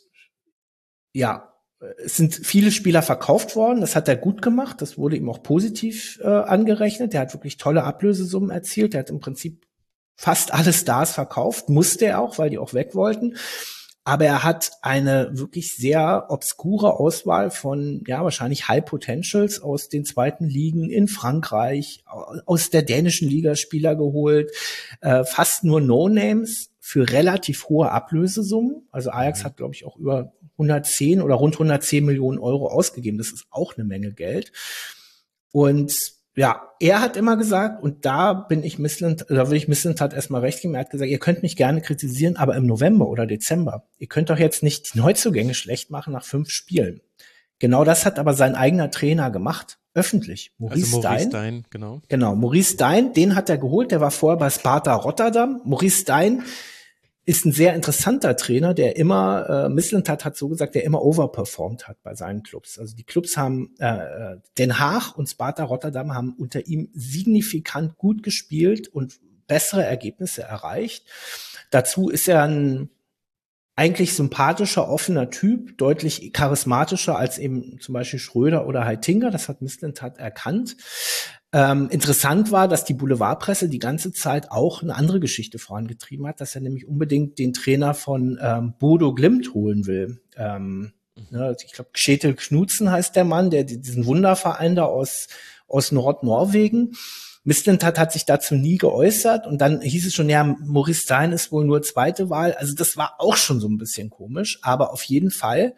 ja, es sind viele Spieler verkauft worden. Das hat er gut gemacht. Das wurde ihm auch positiv angerechnet. Der hat wirklich tolle Ablösesummen erzielt. Der hat im Prinzip fast alle Stars verkauft. Musste er auch, weil die auch weg wollten. Aber er hat eine wirklich sehr obskure Auswahl von, ja, wahrscheinlich High Potentials aus den zweiten Ligen in Frankreich, aus der dänischen Liga Spieler geholt. Fast nur No-Names für relativ hohe Ablösesummen. Also Ajax hat, glaube ich, auch über 110 oder rund 110 Millionen Euro ausgegeben. Das ist auch eine Menge Geld. Und ja, er hat immer gesagt, und da will ich Mislintat erstmal recht geben, er hat gesagt, ihr könnt mich gerne kritisieren, aber im November oder Dezember, ihr könnt doch jetzt nicht die Neuzugänge schlecht machen nach 5 Spielen. Genau das hat aber sein eigener Trainer gemacht, öffentlich. Maurice Stijn, genau. Genau, Maurice Stijn, den hat er geholt, der war vorher bei Sparta Rotterdam. Maurice Stijn ist ein sehr interessanter Trainer, der immer, Mislintat hat so gesagt, der immer overperformed hat bei seinen Clubs. Also die Clubs haben, Den Haag und Sparta Rotterdam haben unter ihm signifikant gut gespielt und bessere Ergebnisse erreicht. Dazu ist er ein eigentlich sympathischer, offener Typ, deutlich charismatischer als eben zum Beispiel Schröder oder Heitinga. Das hat Mislintat erkannt. Interessant war, dass die Boulevardpresse die ganze Zeit auch eine andere Geschichte vorangetrieben hat, dass er nämlich unbedingt den Trainer von Bodo Glimt holen will. Ich glaube, Kjetil Knudsen heißt der Mann, der diesen Wunderverein da aus Nordnorwegen. Mislintat hat sich dazu nie geäußert und dann hieß es schon, ja, Maurice Stijn ist wohl nur zweite Wahl. Also das war auch schon so ein bisschen komisch, aber auf jeden Fall,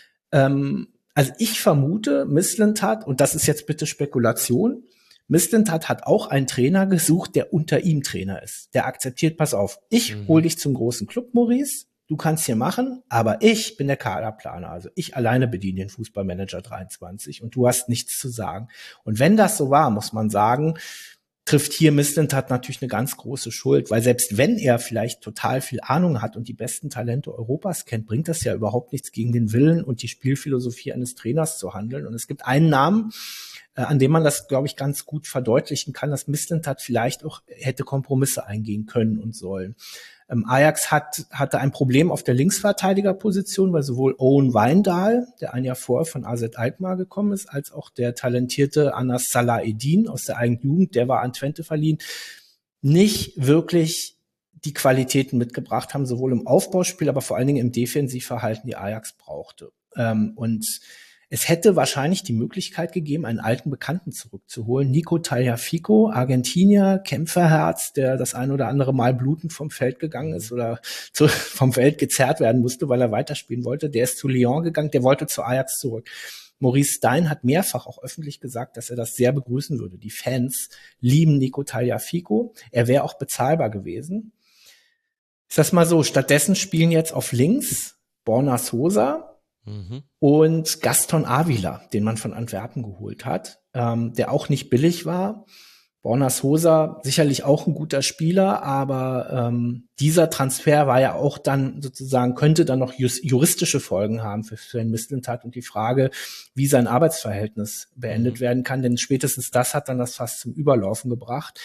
also ich vermute, Mislintat, und das ist jetzt bitte Spekulation, Mislintat hat auch einen Trainer gesucht, der unter ihm Trainer ist. Der akzeptiert, pass auf, ich hol dich zum großen Club, Maurice, du kannst hier machen, aber ich bin der Kaderplaner. Also ich alleine bediene den Fußballmanager 23 und du hast nichts zu sagen. Und wenn das so war, muss man sagen, trifft hier Mislintat natürlich eine ganz große Schuld, weil selbst wenn er vielleicht total viel Ahnung hat und die besten Talente Europas kennt, bringt das ja überhaupt nichts gegen den Willen und die Spielphilosophie eines Trainers zu handeln. Und es gibt einen Namen, an dem man das, glaube ich, ganz gut verdeutlichen kann, dass Mislintat vielleicht auch hätte Kompromisse eingehen können und sollen. Ajax hatte ein Problem auf der Linksverteidigerposition, weil sowohl Owen Wijndal, der ein Jahr vorher von AZ Alkmaar gekommen ist, als auch der talentierte Anas Salahedin aus der eigenen Jugend, der war an Twente verliehen, nicht wirklich die Qualitäten mitgebracht haben, sowohl im Aufbauspiel, aber vor allen Dingen im Defensivverhalten, die Ajax brauchte. Und es hätte wahrscheinlich die Möglichkeit gegeben, einen alten Bekannten zurückzuholen. Nico Tagliafico, Argentinier, Kämpferherz, der das ein oder andere Mal blutend vom Feld gegangen ist oder vom Feld gezerrt werden musste, weil er weiterspielen wollte. Der ist zu Lyon gegangen, der wollte zu Ajax zurück. Maurice Stijn hat mehrfach auch öffentlich gesagt, dass er das sehr begrüßen würde. Die Fans lieben Nico Tagliafico. Er wäre auch bezahlbar gewesen. Ich sag's mal so, stattdessen spielen jetzt auf links Borna Sosa und Gaston Avila, den man von Antwerpen geholt hat, der auch nicht billig war. Borna Sosa sicherlich auch ein guter Spieler, aber dieser Transfer war ja auch dann sozusagen, könnte dann noch juristische Folgen haben für Sven Mislintat und die Frage, wie sein Arbeitsverhältnis beendet werden kann, denn spätestens das hat dann das fast zum Überlaufen gebracht.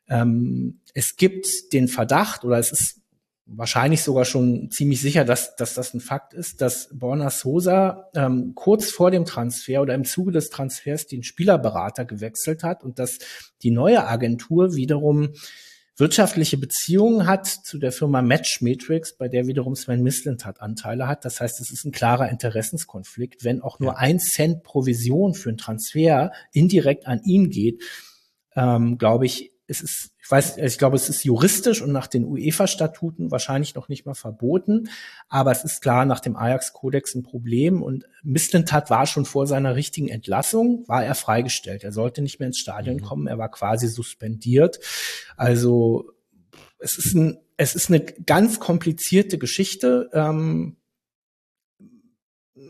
Es gibt den Verdacht, oder es ist wahrscheinlich sogar schon ziemlich sicher, dass das ein Fakt ist, dass Borna Sosa kurz vor dem Transfer oder im Zuge des Transfers den Spielerberater gewechselt hat und dass die neue Agentur wiederum wirtschaftliche Beziehungen hat zu der Firma Matchmetrics, bei der wiederum Sven Mislintat Anteile hat. Das heißt, es ist ein klarer Interessenskonflikt. Wenn auch nur 1 Cent Provision für einen Transfer indirekt an ihn geht, glaube ich, ich glaube, es ist juristisch und nach den UEFA-Statuten wahrscheinlich noch nicht mal verboten, aber es ist klar nach dem Ajax-Kodex ein Problem und Mislintat war schon vor seiner richtigen Entlassung, war er freigestellt. Er sollte nicht mehr ins Stadion kommen, er war quasi suspendiert. Also es ist eine ganz komplizierte Geschichte.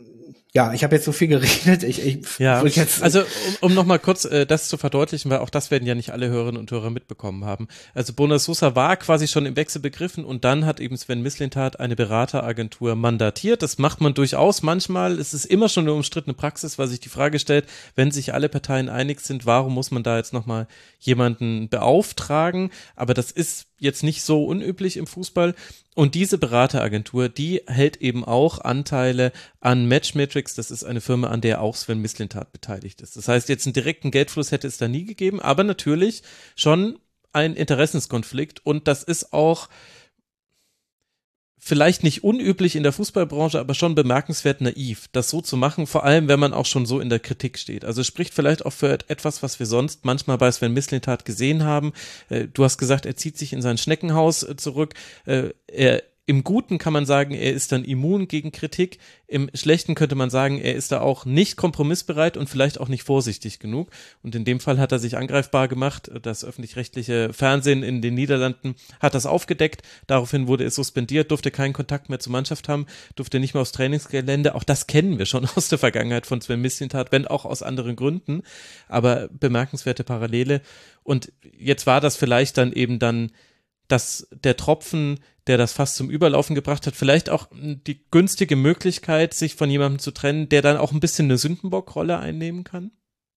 Ja, ich habe jetzt so viel geredet. Ja, jetzt also um nochmal kurz das zu verdeutlichen, weil auch das werden ja nicht alle Hörerinnen und Hörer mitbekommen haben. Also Borna Sosa war quasi schon im Wechsel begriffen und dann hat eben Sven Mislintat eine Berateragentur mandatiert. Das macht man durchaus manchmal. Es ist immer schon eine umstrittene Praxis, weil sich die Frage stellt, wenn sich alle Parteien einig sind, warum muss man da jetzt nochmal jemanden beauftragen? Aber das ist jetzt nicht so unüblich im Fußball. Und diese Berateragentur, die hält eben auch Anteile an Matchmetrics. Das ist eine Firma, an der auch Sven Mislintat beteiligt ist. Das heißt, jetzt einen direkten Geldfluss hätte es da nie gegeben, aber natürlich schon ein Interessenskonflikt. Und das ist auch vielleicht nicht unüblich in der Fußballbranche, aber schon bemerkenswert naiv, das so zu machen, vor allem, wenn man auch schon so in der Kritik steht. Also es spricht vielleicht auch für etwas, was wir sonst manchmal bei Sven Mislintat gesehen haben. Du hast gesagt, er zieht sich in sein Schneckenhaus zurück. Im Guten kann man sagen, er ist dann immun gegen Kritik. Im Schlechten könnte man sagen, er ist da auch nicht kompromissbereit und vielleicht auch nicht vorsichtig genug. Und in dem Fall hat er sich angreifbar gemacht. Das öffentlich-rechtliche Fernsehen in den Niederlanden hat das aufgedeckt. Daraufhin wurde er suspendiert, durfte keinen Kontakt mehr zur Mannschaft haben, durfte nicht mehr aufs Trainingsgelände. Auch das kennen wir schon aus der Vergangenheit von Sven Mislintat, wenn auch aus anderen Gründen. Aber bemerkenswerte Parallele. Und jetzt war das vielleicht dann eben der Tropfen, der das fast zum Überlaufen gebracht hat, vielleicht auch die günstige Möglichkeit, sich von jemandem zu trennen, der dann auch ein bisschen eine Sündenbock-Rolle einnehmen kann?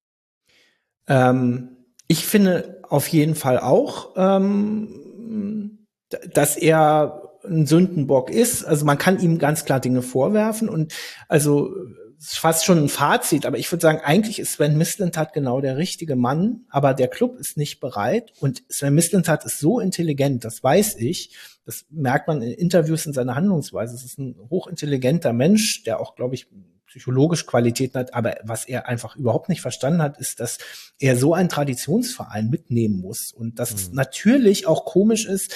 Ich finde auf jeden Fall auch, dass er ein Sündenbock ist. Also man kann ihm ganz klar Dinge vorwerfen und also ist fast schon ein Fazit, aber ich würde sagen, eigentlich ist Sven Mislintat genau der richtige Mann, aber der Club ist nicht bereit und Sven Mislintat ist so intelligent, das weiß ich, das merkt man in Interviews in seiner Handlungsweise. Es ist ein hochintelligenter Mensch, der auch, glaube ich, psychologisch Qualitäten hat, aber was er einfach überhaupt nicht verstanden hat, ist, dass er so einen Traditionsverein mitnehmen muss und dass es natürlich auch komisch ist.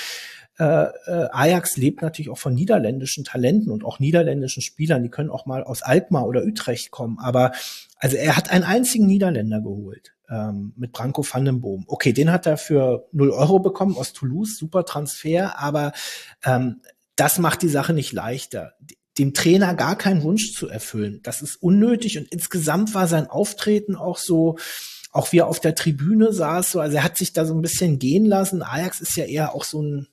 Ajax lebt natürlich auch von niederländischen Talenten und auch niederländischen Spielern, die können auch mal aus Alkmaar oder Utrecht kommen, aber also er hat einen einzigen Niederländer geholt, mit Branko van den Boom. Okay, den hat er für 0 Euro bekommen aus Toulouse, super Transfer, aber das macht die Sache nicht leichter. Dem Trainer gar keinen Wunsch zu erfüllen, das ist unnötig und insgesamt war sein Auftreten auch so, auch wie er auf der Tribüne saß, so, also er hat sich da so ein bisschen gehen lassen. Ajax ist ja eher auch so ein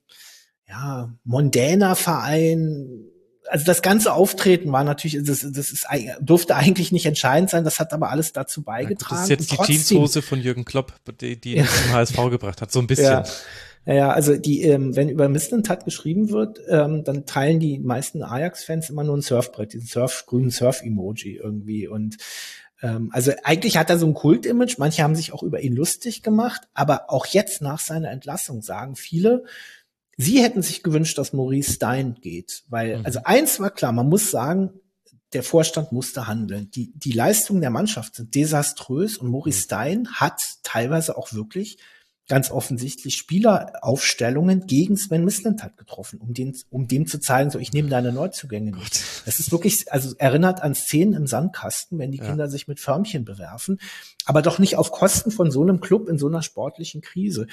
mondäner Verein. Also das ganze Auftreten war natürlich, durfte eigentlich nicht entscheidend sein, das hat aber alles dazu beigetragen. Das ist jetzt die Jeanshose von Jürgen Klopp, die ihn zum HSV gebracht hat, so ein bisschen. Ja, also wenn über Mislintat geschrieben wird, dann teilen die meisten Ajax-Fans immer nur ein Surfbrett, diesen grünen Surf-Emoji irgendwie und also eigentlich hat er so ein Kult-Image, manche haben sich auch über ihn lustig gemacht, aber auch jetzt nach seiner Entlassung sagen viele, sie hätten sich gewünscht, dass Maurice Stein geht, weil, also eins war klar, man muss sagen, der Vorstand musste handeln. Die Leistungen der Mannschaft sind desaströs und Maurice Stein hat teilweise auch wirklich ganz offensichtlich Spieleraufstellungen gegen Sven Mislintat getroffen, um dem zu zeigen, so, ich nehme deine Neuzugänge nicht. Das ist wirklich, also erinnert an Szenen im Sandkasten, wenn die Kinder sich mit Förmchen bewerfen, aber doch nicht auf Kosten von so einem Club in so einer sportlichen Krise.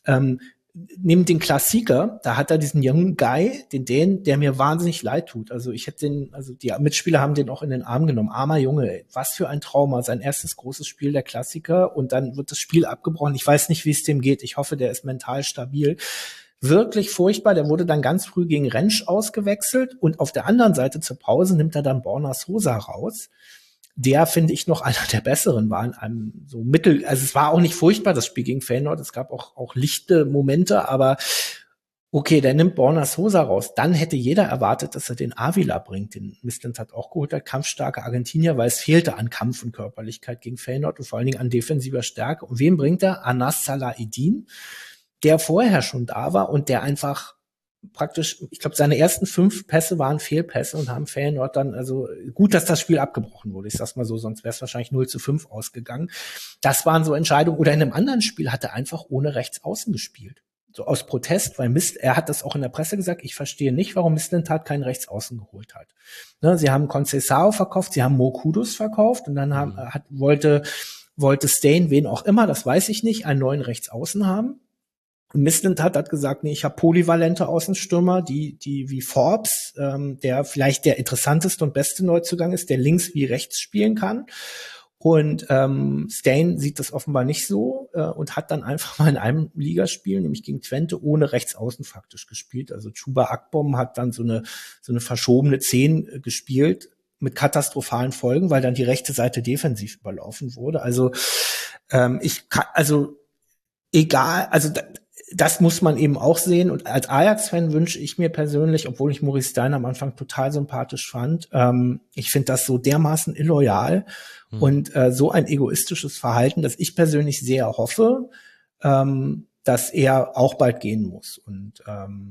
Neben den Klassiker, da hat er diesen jungen Guy, den Dänen, der mir wahnsinnig leid tut. Also die Mitspieler haben den auch in den Arm genommen. Armer Junge, ey. Was für ein Trauma. Sein erstes großes Spiel der Klassiker und dann wird das Spiel abgebrochen. Ich weiß nicht, wie es dem geht. Ich hoffe, der ist mental stabil. Wirklich furchtbar. Der wurde dann ganz früh gegen Rentsch ausgewechselt und auf der anderen Seite zur Pause nimmt er dann Borna Sosa raus. Der, finde ich, noch einer der besseren war in einem so also es war auch nicht furchtbar, das Spiel gegen Feyenoord, es gab auch lichte Momente, aber okay, der nimmt Borna Sosa raus. Dann hätte jeder erwartet, dass er den Avila bringt, den Mislintat auch geholt hat, kampfstarke Argentinier, weil es fehlte an Kampf und Körperlichkeit gegen Feyenoord und vor allen Dingen an defensiver Stärke. Und wen bringt er? Anas Salahedin, der vorher schon da war und der einfach praktisch, ich glaube, seine ersten 5 Pässe waren Fehlpässe und haben Feyenoord dann, also gut, dass das Spiel abgebrochen wurde, ich sag's mal so, sonst wäre es wahrscheinlich 0-5 ausgegangen. Das waren so Entscheidungen. Oder in einem anderen Spiel hat er einfach ohne Rechtsaußen gespielt. So aus Protest, weil er hat das auch in der Presse gesagt, ich verstehe nicht, warum Mislintat keinen Rechtsaußen geholt hat. Ne, sie haben Conceição verkauft, sie haben Mo Kudus verkauft und dann wollte Stein, wen auch immer, das weiß ich nicht, einen neuen Rechtsaußen haben. Mislintat hat gesagt, nee, ich habe polyvalente Außenstürmer, die wie Forbes, der vielleicht der interessanteste und beste Neuzugang ist, der links wie rechts spielen kann. Und Steyn sieht das offenbar nicht so und hat dann einfach mal in einem Ligaspiel, nämlich gegen Twente, ohne Rechtsaußen faktisch gespielt. Also Chuba Akpom hat dann so eine verschobene 10 gespielt mit katastrophalen Folgen, weil dann die rechte Seite defensiv überlaufen wurde. Also egal, also das muss man eben auch sehen. Und als Ajax-Fan wünsche ich mir persönlich, obwohl ich Maurice Stein am Anfang total sympathisch fand, ich finde das so dermaßen illoyal und so ein egoistisches Verhalten, dass ich persönlich sehr hoffe, dass er auch bald gehen muss. Und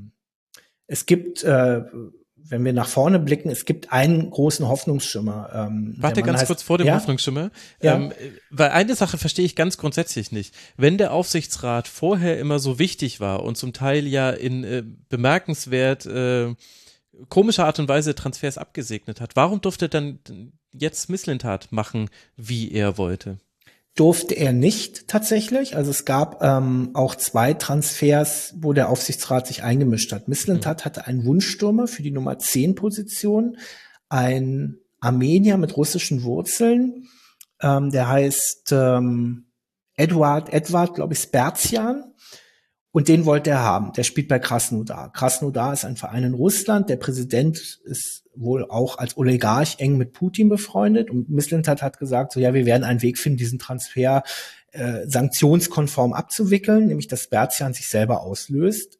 es gibt, wenn wir nach vorne blicken, es gibt einen großen Hoffnungsschimmer. Warte ganz kurz vor dem Hoffnungsschimmer. Ja? Weil eine Sache verstehe ich ganz grundsätzlich nicht. Wenn der Aufsichtsrat vorher immer so wichtig war und zum Teil ja in bemerkenswert komischer Art und Weise Transfers abgesegnet hat, warum durfte dann jetzt Mislintat machen, wie er wollte? Durfte er nicht tatsächlich. Also es gab auch 2 Transfers, wo der Aufsichtsrat sich eingemischt hat. Mislintat hatte einen Wunschstürmer für die Nummer 10 Position, ein Armenier mit russischen Wurzeln, der heißt Edward, glaube ich, Sperzian. Und den wollte er haben. Der spielt bei Krasnodar. Krasnodar ist ein Verein in Russland. Der Präsident ist wohl auch als Oligarch eng mit Putin befreundet. Und Mislintat hat gesagt, so ja, wir werden einen Weg finden, diesen Transfer sanktionskonform abzuwickeln, nämlich dass Sperzian sich selber auslöst.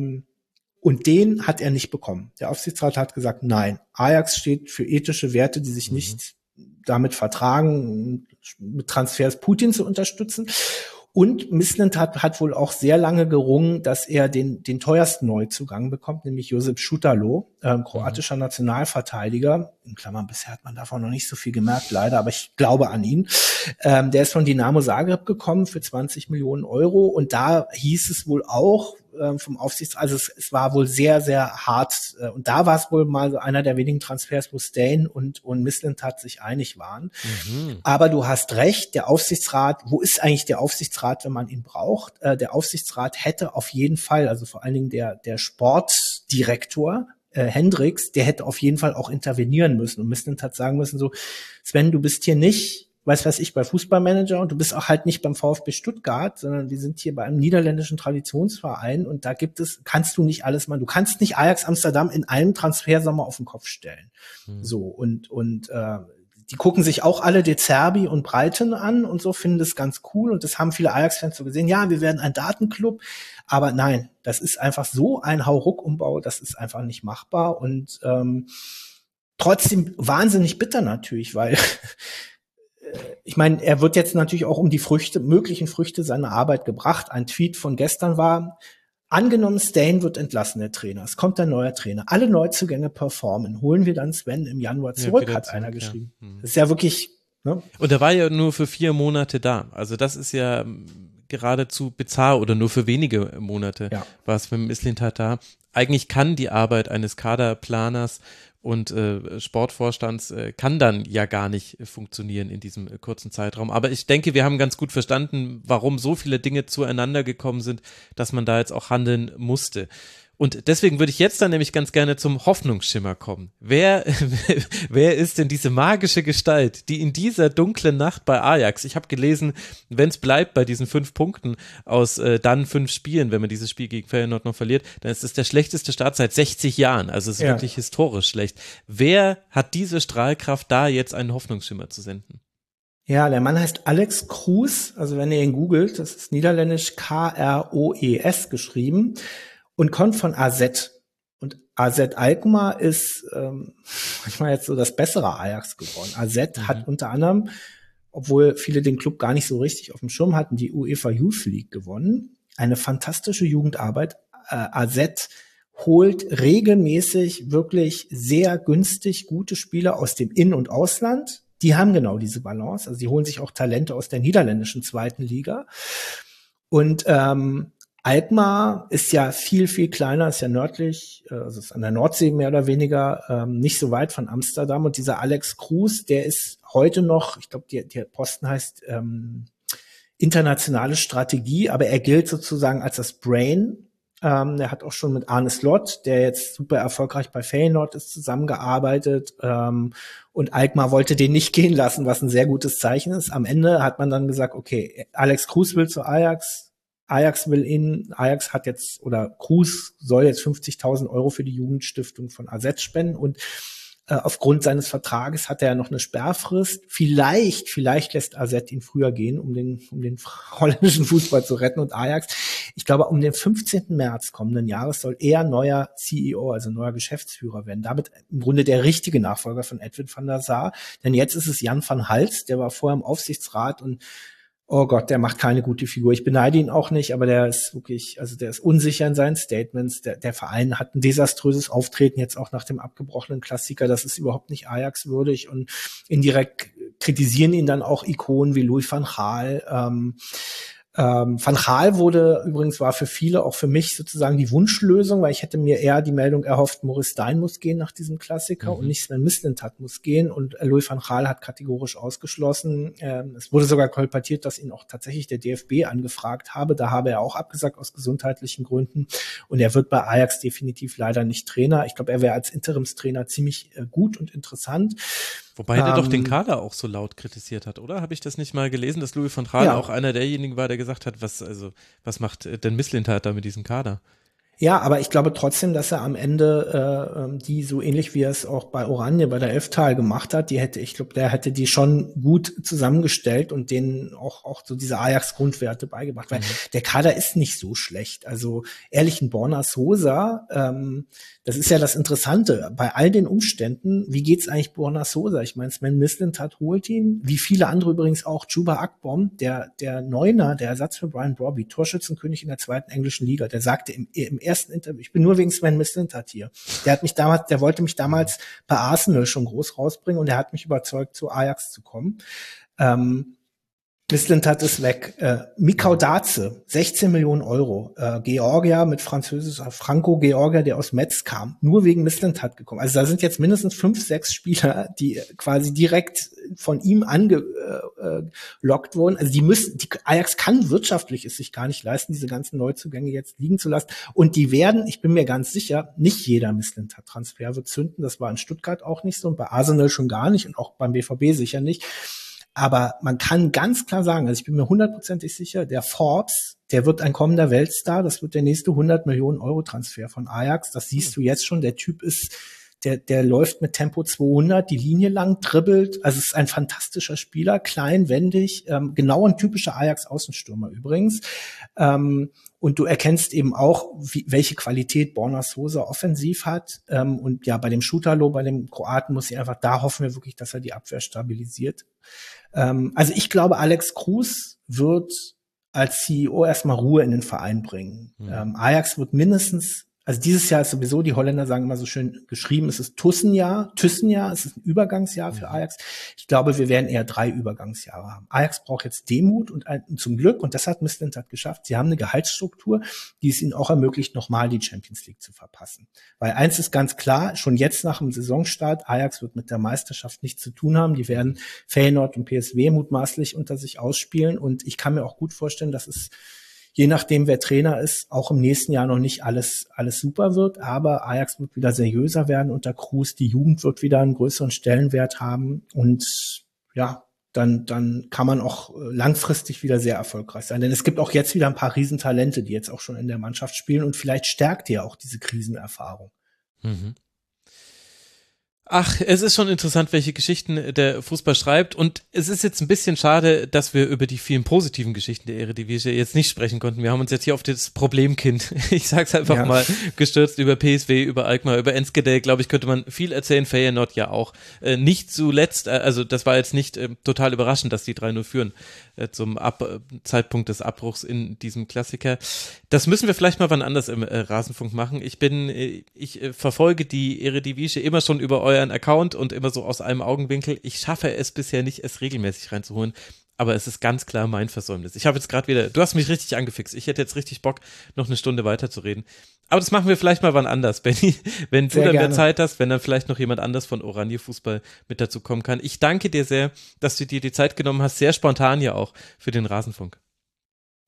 Und den hat er nicht bekommen. Der Aufsichtsrat hat gesagt, nein, Ajax steht für ethische Werte, die sich nicht damit vertragen, mit Transfers Putin zu unterstützen. Und Mislintat hat wohl auch sehr lange gerungen, dass er den teuersten Neuzugang bekommt, nämlich Josip Šutalo, kroatischer Nationalverteidiger. In Klammern, bisher hat man davon noch nicht so viel gemerkt, leider, aber ich glaube an ihn. Der ist von Dinamo Zagreb gekommen für 20 Millionen Euro. Und da hieß es wohl auch vom Aufsichtsrat, also es war wohl sehr, sehr hart. Und da war es wohl mal so einer der wenigen Transfers, wo Steyn und Mislintat sich einig waren. Aber du hast recht, der Aufsichtsrat, wo ist eigentlich der Aufsichtsrat, wenn man ihn braucht? Der Aufsichtsrat hätte auf jeden Fall, also vor allen Dingen der Sportdirektor, Hendricks, der hätte auf jeden Fall auch intervenieren müssen und Mislintat sagen müssen, so, Sven, du bist hier nicht, weiß ich, bei Fußballmanager und du bist auch halt nicht beim VfB Stuttgart, sondern wir sind hier bei einem niederländischen Traditionsverein und da kannst du nicht alles machen. Du kannst nicht Ajax Amsterdam in einem Transfersommer auf den Kopf stellen. So, und die gucken sich auch alle De Zerbi und Breiten an und so, finden das ganz cool und das haben viele Ajax-Fans so gesehen. Ja, wir werden ein Datenclub, aber nein, das ist einfach so ein Hauruck-Umbau, das ist einfach nicht machbar und trotzdem wahnsinnig bitter natürlich, weil ich meine, er wird jetzt natürlich auch um die möglichen Früchte seiner Arbeit gebracht. Ein Tweet von gestern war, angenommen, Steyn wird entlassen, der Trainer. Es kommt ein neuer Trainer. Alle Neuzugänge performen. Holen wir dann Sven im Januar zurück, hat einer geschrieben. Ja. Das ist ja wirklich, ne? Und er war ja nur für 4 Monate da. Also das ist ja geradezu bizarr oder nur für wenige Monate war es mit Mislintat da. Eigentlich kann die Arbeit eines Kaderplaners und Sportvorstands kann dann ja gar nicht funktionieren in diesem kurzen Zeitraum. Aber ich denke, wir haben ganz gut verstanden, warum so viele Dinge zueinander gekommen sind, dass man da jetzt auch handeln musste. Und deswegen würde ich jetzt dann nämlich ganz gerne zum Hoffnungsschimmer kommen. Wer ist denn diese magische Gestalt, die in dieser dunklen Nacht bei Ajax, ich habe gelesen, wenn es bleibt bei diesen 5 Punkten aus dann 5 Spielen, wenn man dieses Spiel gegen Feyenoord noch verliert, dann ist es der schlechteste Start seit 60 Jahren. Also es ist wirklich historisch schlecht. Wer hat diese Strahlkraft, da jetzt einen Hoffnungsschimmer zu senden? Ja, der Mann heißt Alex Kroes, also wenn ihr ihn googelt, das ist niederländisch Kroes geschrieben. Und kommt von AZ. Und AZ Alkmaar ist manchmal jetzt so das bessere Ajax geworden. AZ hat unter anderem, obwohl viele den Club gar nicht so richtig auf dem Schirm hatten, die UEFA Youth League gewonnen. Eine fantastische Jugendarbeit. AZ holt regelmäßig wirklich sehr günstig gute Spieler aus dem In- und Ausland. Die haben genau diese Balance. Also die holen sich auch Talente aus der niederländischen 2. Liga. Und Alkmaar ist ja viel, viel kleiner, ist ja nördlich, also ist an der Nordsee mehr oder weniger, nicht so weit von Amsterdam. Und dieser Alex Kroes, der ist heute noch, ich glaube, der Posten heißt internationale Strategie, aber er gilt sozusagen als das Brain. Er hat auch schon mit Arne Slot, der jetzt super erfolgreich bei Feyenoord ist, zusammengearbeitet. Und Alkmaar wollte den nicht gehen lassen, was ein sehr gutes Zeichen ist. Am Ende hat man dann gesagt, okay, Alex Kroes will zu Ajax. Ajax will ihn. Ajax hat jetzt, oder Kroes soll jetzt 50.000 € für die Jugendstiftung von AZ spenden. Und aufgrund seines Vertrages hat er ja noch eine Sperrfrist. Vielleicht lässt AZ ihn früher gehen, um den holländischen Fußball zu retten. Und Ajax, ich glaube, um den 15. März kommenden Jahres soll er neuer CEO, also neuer Geschäftsführer werden. Damit im Grunde der richtige Nachfolger von Edwin van der Sar. Denn jetzt ist es Jan van Hals, der war vorher im Aufsichtsrat und oh Gott, der macht keine gute Figur. Ich beneide ihn auch nicht, aber der ist wirklich, also der ist unsicher in seinen Statements. Der Verein hat ein desaströses Auftreten jetzt auch nach dem abgebrochenen Klassiker. Das ist überhaupt nicht Ajax würdig und indirekt kritisieren ihn dann auch Ikonen wie Louis van Gaal. Van Gaal war für viele, auch für mich sozusagen die Wunschlösung, weil ich hätte mir eher die Meldung erhofft, Maurice Stein muss gehen nach diesem Klassiker und nicht Sven Mislintat muss gehen und Louis van Gaal hat kategorisch ausgeschlossen. Es wurde sogar kolportiert, dass ihn auch tatsächlich der DFB angefragt habe. Da habe er auch abgesagt aus gesundheitlichen Gründen und er wird bei Ajax definitiv leider nicht Trainer. Ich glaube, er wäre als Interimstrainer ziemlich gut und interessant. Wobei der doch den Kader auch so laut kritisiert hat, oder? Habe ich das nicht mal gelesen, dass Louis van Gaal auch einer derjenigen war, der gesagt hat, was macht denn Mislintat da mit diesem Kader? Ja, aber ich glaube trotzdem, dass er am Ende die so ähnlich wie er es auch bei Oranje, bei der Elftal gemacht hat, der hätte die schon gut zusammengestellt und denen auch so diese Ajax-Grundwerte beigebracht, weil der Kader ist nicht so schlecht. Also ehrlich, ein Borna Sosa, das ist ja das Interessante. Bei all den Umständen, wie geht's eigentlich Borna Sosa? Ich meine, Sven Mislintat holt ihn, wie viele andere übrigens auch. Juba Akpom, der Neuner, der Ersatz für Brian Brobby, Torschützenkönig in der 2. englischen Liga, der sagte im ersten Interview, ich bin nur wegen Sven Mislintat hier. Der wollte mich damals bei Arsenal schon groß rausbringen und er hat mich überzeugt, zu Ajax zu kommen. Mislintat ist weg. Mikau Daze, 16 Millionen Euro. Georgier mit Franco-Georgier, der aus Metz kam, nur wegen Mislintat gekommen. Also da sind jetzt mindestens 5, 6 Spieler, die quasi direkt von ihm angelockt wurden. Also Ajax kann wirtschaftlich es sich gar nicht leisten, diese ganzen Neuzugänge jetzt liegen zu lassen. Und die werden, ich bin mir ganz sicher, nicht jeder Mislintat-Transfer wird zünden. Das war in Stuttgart auch nicht so und bei Arsenal schon gar nicht und auch beim BVB sicher nicht. Aber man kann ganz klar sagen, also ich bin mir 100%ig sicher, der Forbes, der wird ein kommender Weltstar, das wird der nächste 100 Millionen Euro Transfer von Ajax, das siehst du jetzt schon, der Typ ist, der läuft mit Tempo 200, die Linie lang, dribbelt, also es ist ein fantastischer Spieler, klein, wendig, genau ein typischer Ajax-Außenstürmer übrigens. Und du erkennst eben auch, welche Qualität Borna Sosa offensiv hat. Und ja, bei dem Schutalo, bei dem Kroaten da hoffen wir wirklich, dass er die Abwehr stabilisiert. Also ich glaube, Alex Kroes wird als CEO erstmal Ruhe in den Verein bringen. Ajax wird mindestens, also dieses Jahr ist sowieso, die Holländer sagen immer so schön geschrieben, es ist Thyssen-Jahr, es ist ein Übergangsjahr für Ajax. Ich glaube, wir werden eher 3 Übergangsjahre haben. Ajax braucht jetzt Demut und zum Glück, und das hat Mislintat geschafft, sie haben eine Gehaltsstruktur, die es ihnen auch ermöglicht, nochmal die Champions League zu verpassen. Weil eins ist ganz klar, schon jetzt nach dem Saisonstart, Ajax wird mit der Meisterschaft nichts zu tun haben, die werden Feyenoord und PSV mutmaßlich unter sich ausspielen und ich kann mir auch gut vorstellen, dass es je nachdem, wer Trainer ist, auch im nächsten Jahr noch nicht alles super wird, aber Ajax wird wieder seriöser werden unter Kroes, die Jugend wird wieder einen größeren Stellenwert haben und ja, dann kann man auch langfristig wieder sehr erfolgreich sein. Denn es gibt auch jetzt wieder ein paar Riesentalente, die jetzt auch schon in der Mannschaft spielen und vielleicht stärkt ja auch diese Krisenerfahrung. Mhm. Ach, es ist schon interessant, welche Geschichten der Fußball schreibt und es ist jetzt ein bisschen schade, dass wir über die vielen positiven Geschichten der Eredivisie jetzt nicht sprechen konnten. Wir haben uns jetzt hier auf das Problemkind, ich sag's einfach mal, gestürzt über PSV, über Alkmaar, über Enschede, glaube ich, könnte man viel erzählen, Feyenoord ja auch. Nicht zuletzt, also das war jetzt nicht total überraschend, dass die 3-0 führen zum Zeitpunkt des Abbruchs in diesem Klassiker. Das müssen wir vielleicht mal wann anders im Rasenfunk machen. Ich verfolge die Eredivisie immer schon über euren Account und immer so aus einem Augenwinkel. Ich schaffe es bisher nicht, es regelmäßig reinzuholen, aber es ist ganz klar mein Versäumnis. Ich habe jetzt gerade wieder, du hast mich richtig angefixt. Ich hätte jetzt richtig Bock, noch eine Stunde weiterzureden. Aber das machen wir vielleicht mal wann anders, Benni. Wenn du dann mehr Zeit hast, wenn dann vielleicht noch jemand anders von Oranje Fußball mit dazu kommen kann. Ich danke dir sehr, dass du dir die Zeit genommen hast, sehr spontan ja auch für den Rasenfunk.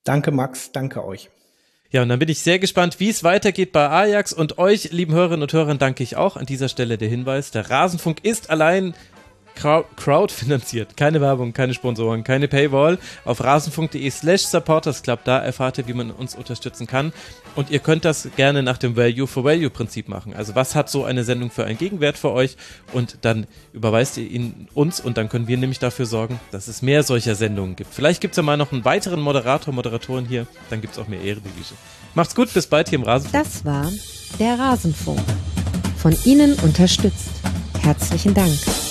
Danke Max, danke euch. Ja, und dann bin ich sehr gespannt, wie es weitergeht bei Ajax, und euch, lieben Hörerinnen und Hörern, danke ich auch. An dieser Stelle der Hinweis, der Rasenfunk ist allein crowdfinanziert. Keine Werbung, keine Sponsoren, keine Paywall. Auf rasenfunk.de/supportersclub, da erfahrt ihr, wie man uns unterstützen kann. Und ihr könnt das gerne nach dem Value-for-Value-Prinzip machen. Also was hat so eine Sendung für einen Gegenwert für euch? Und dann überweist ihr ihn uns, und dann können wir nämlich dafür sorgen, dass es mehr solcher Sendungen gibt. Vielleicht gibt es ja mal noch einen weiteren Moderatorin hier. Dann gibt es auch mehr Ehrendivision. Macht's gut, bis bald hier im Rasenfunk. Das war der Rasenfunk. Von Ihnen unterstützt. Herzlichen Dank.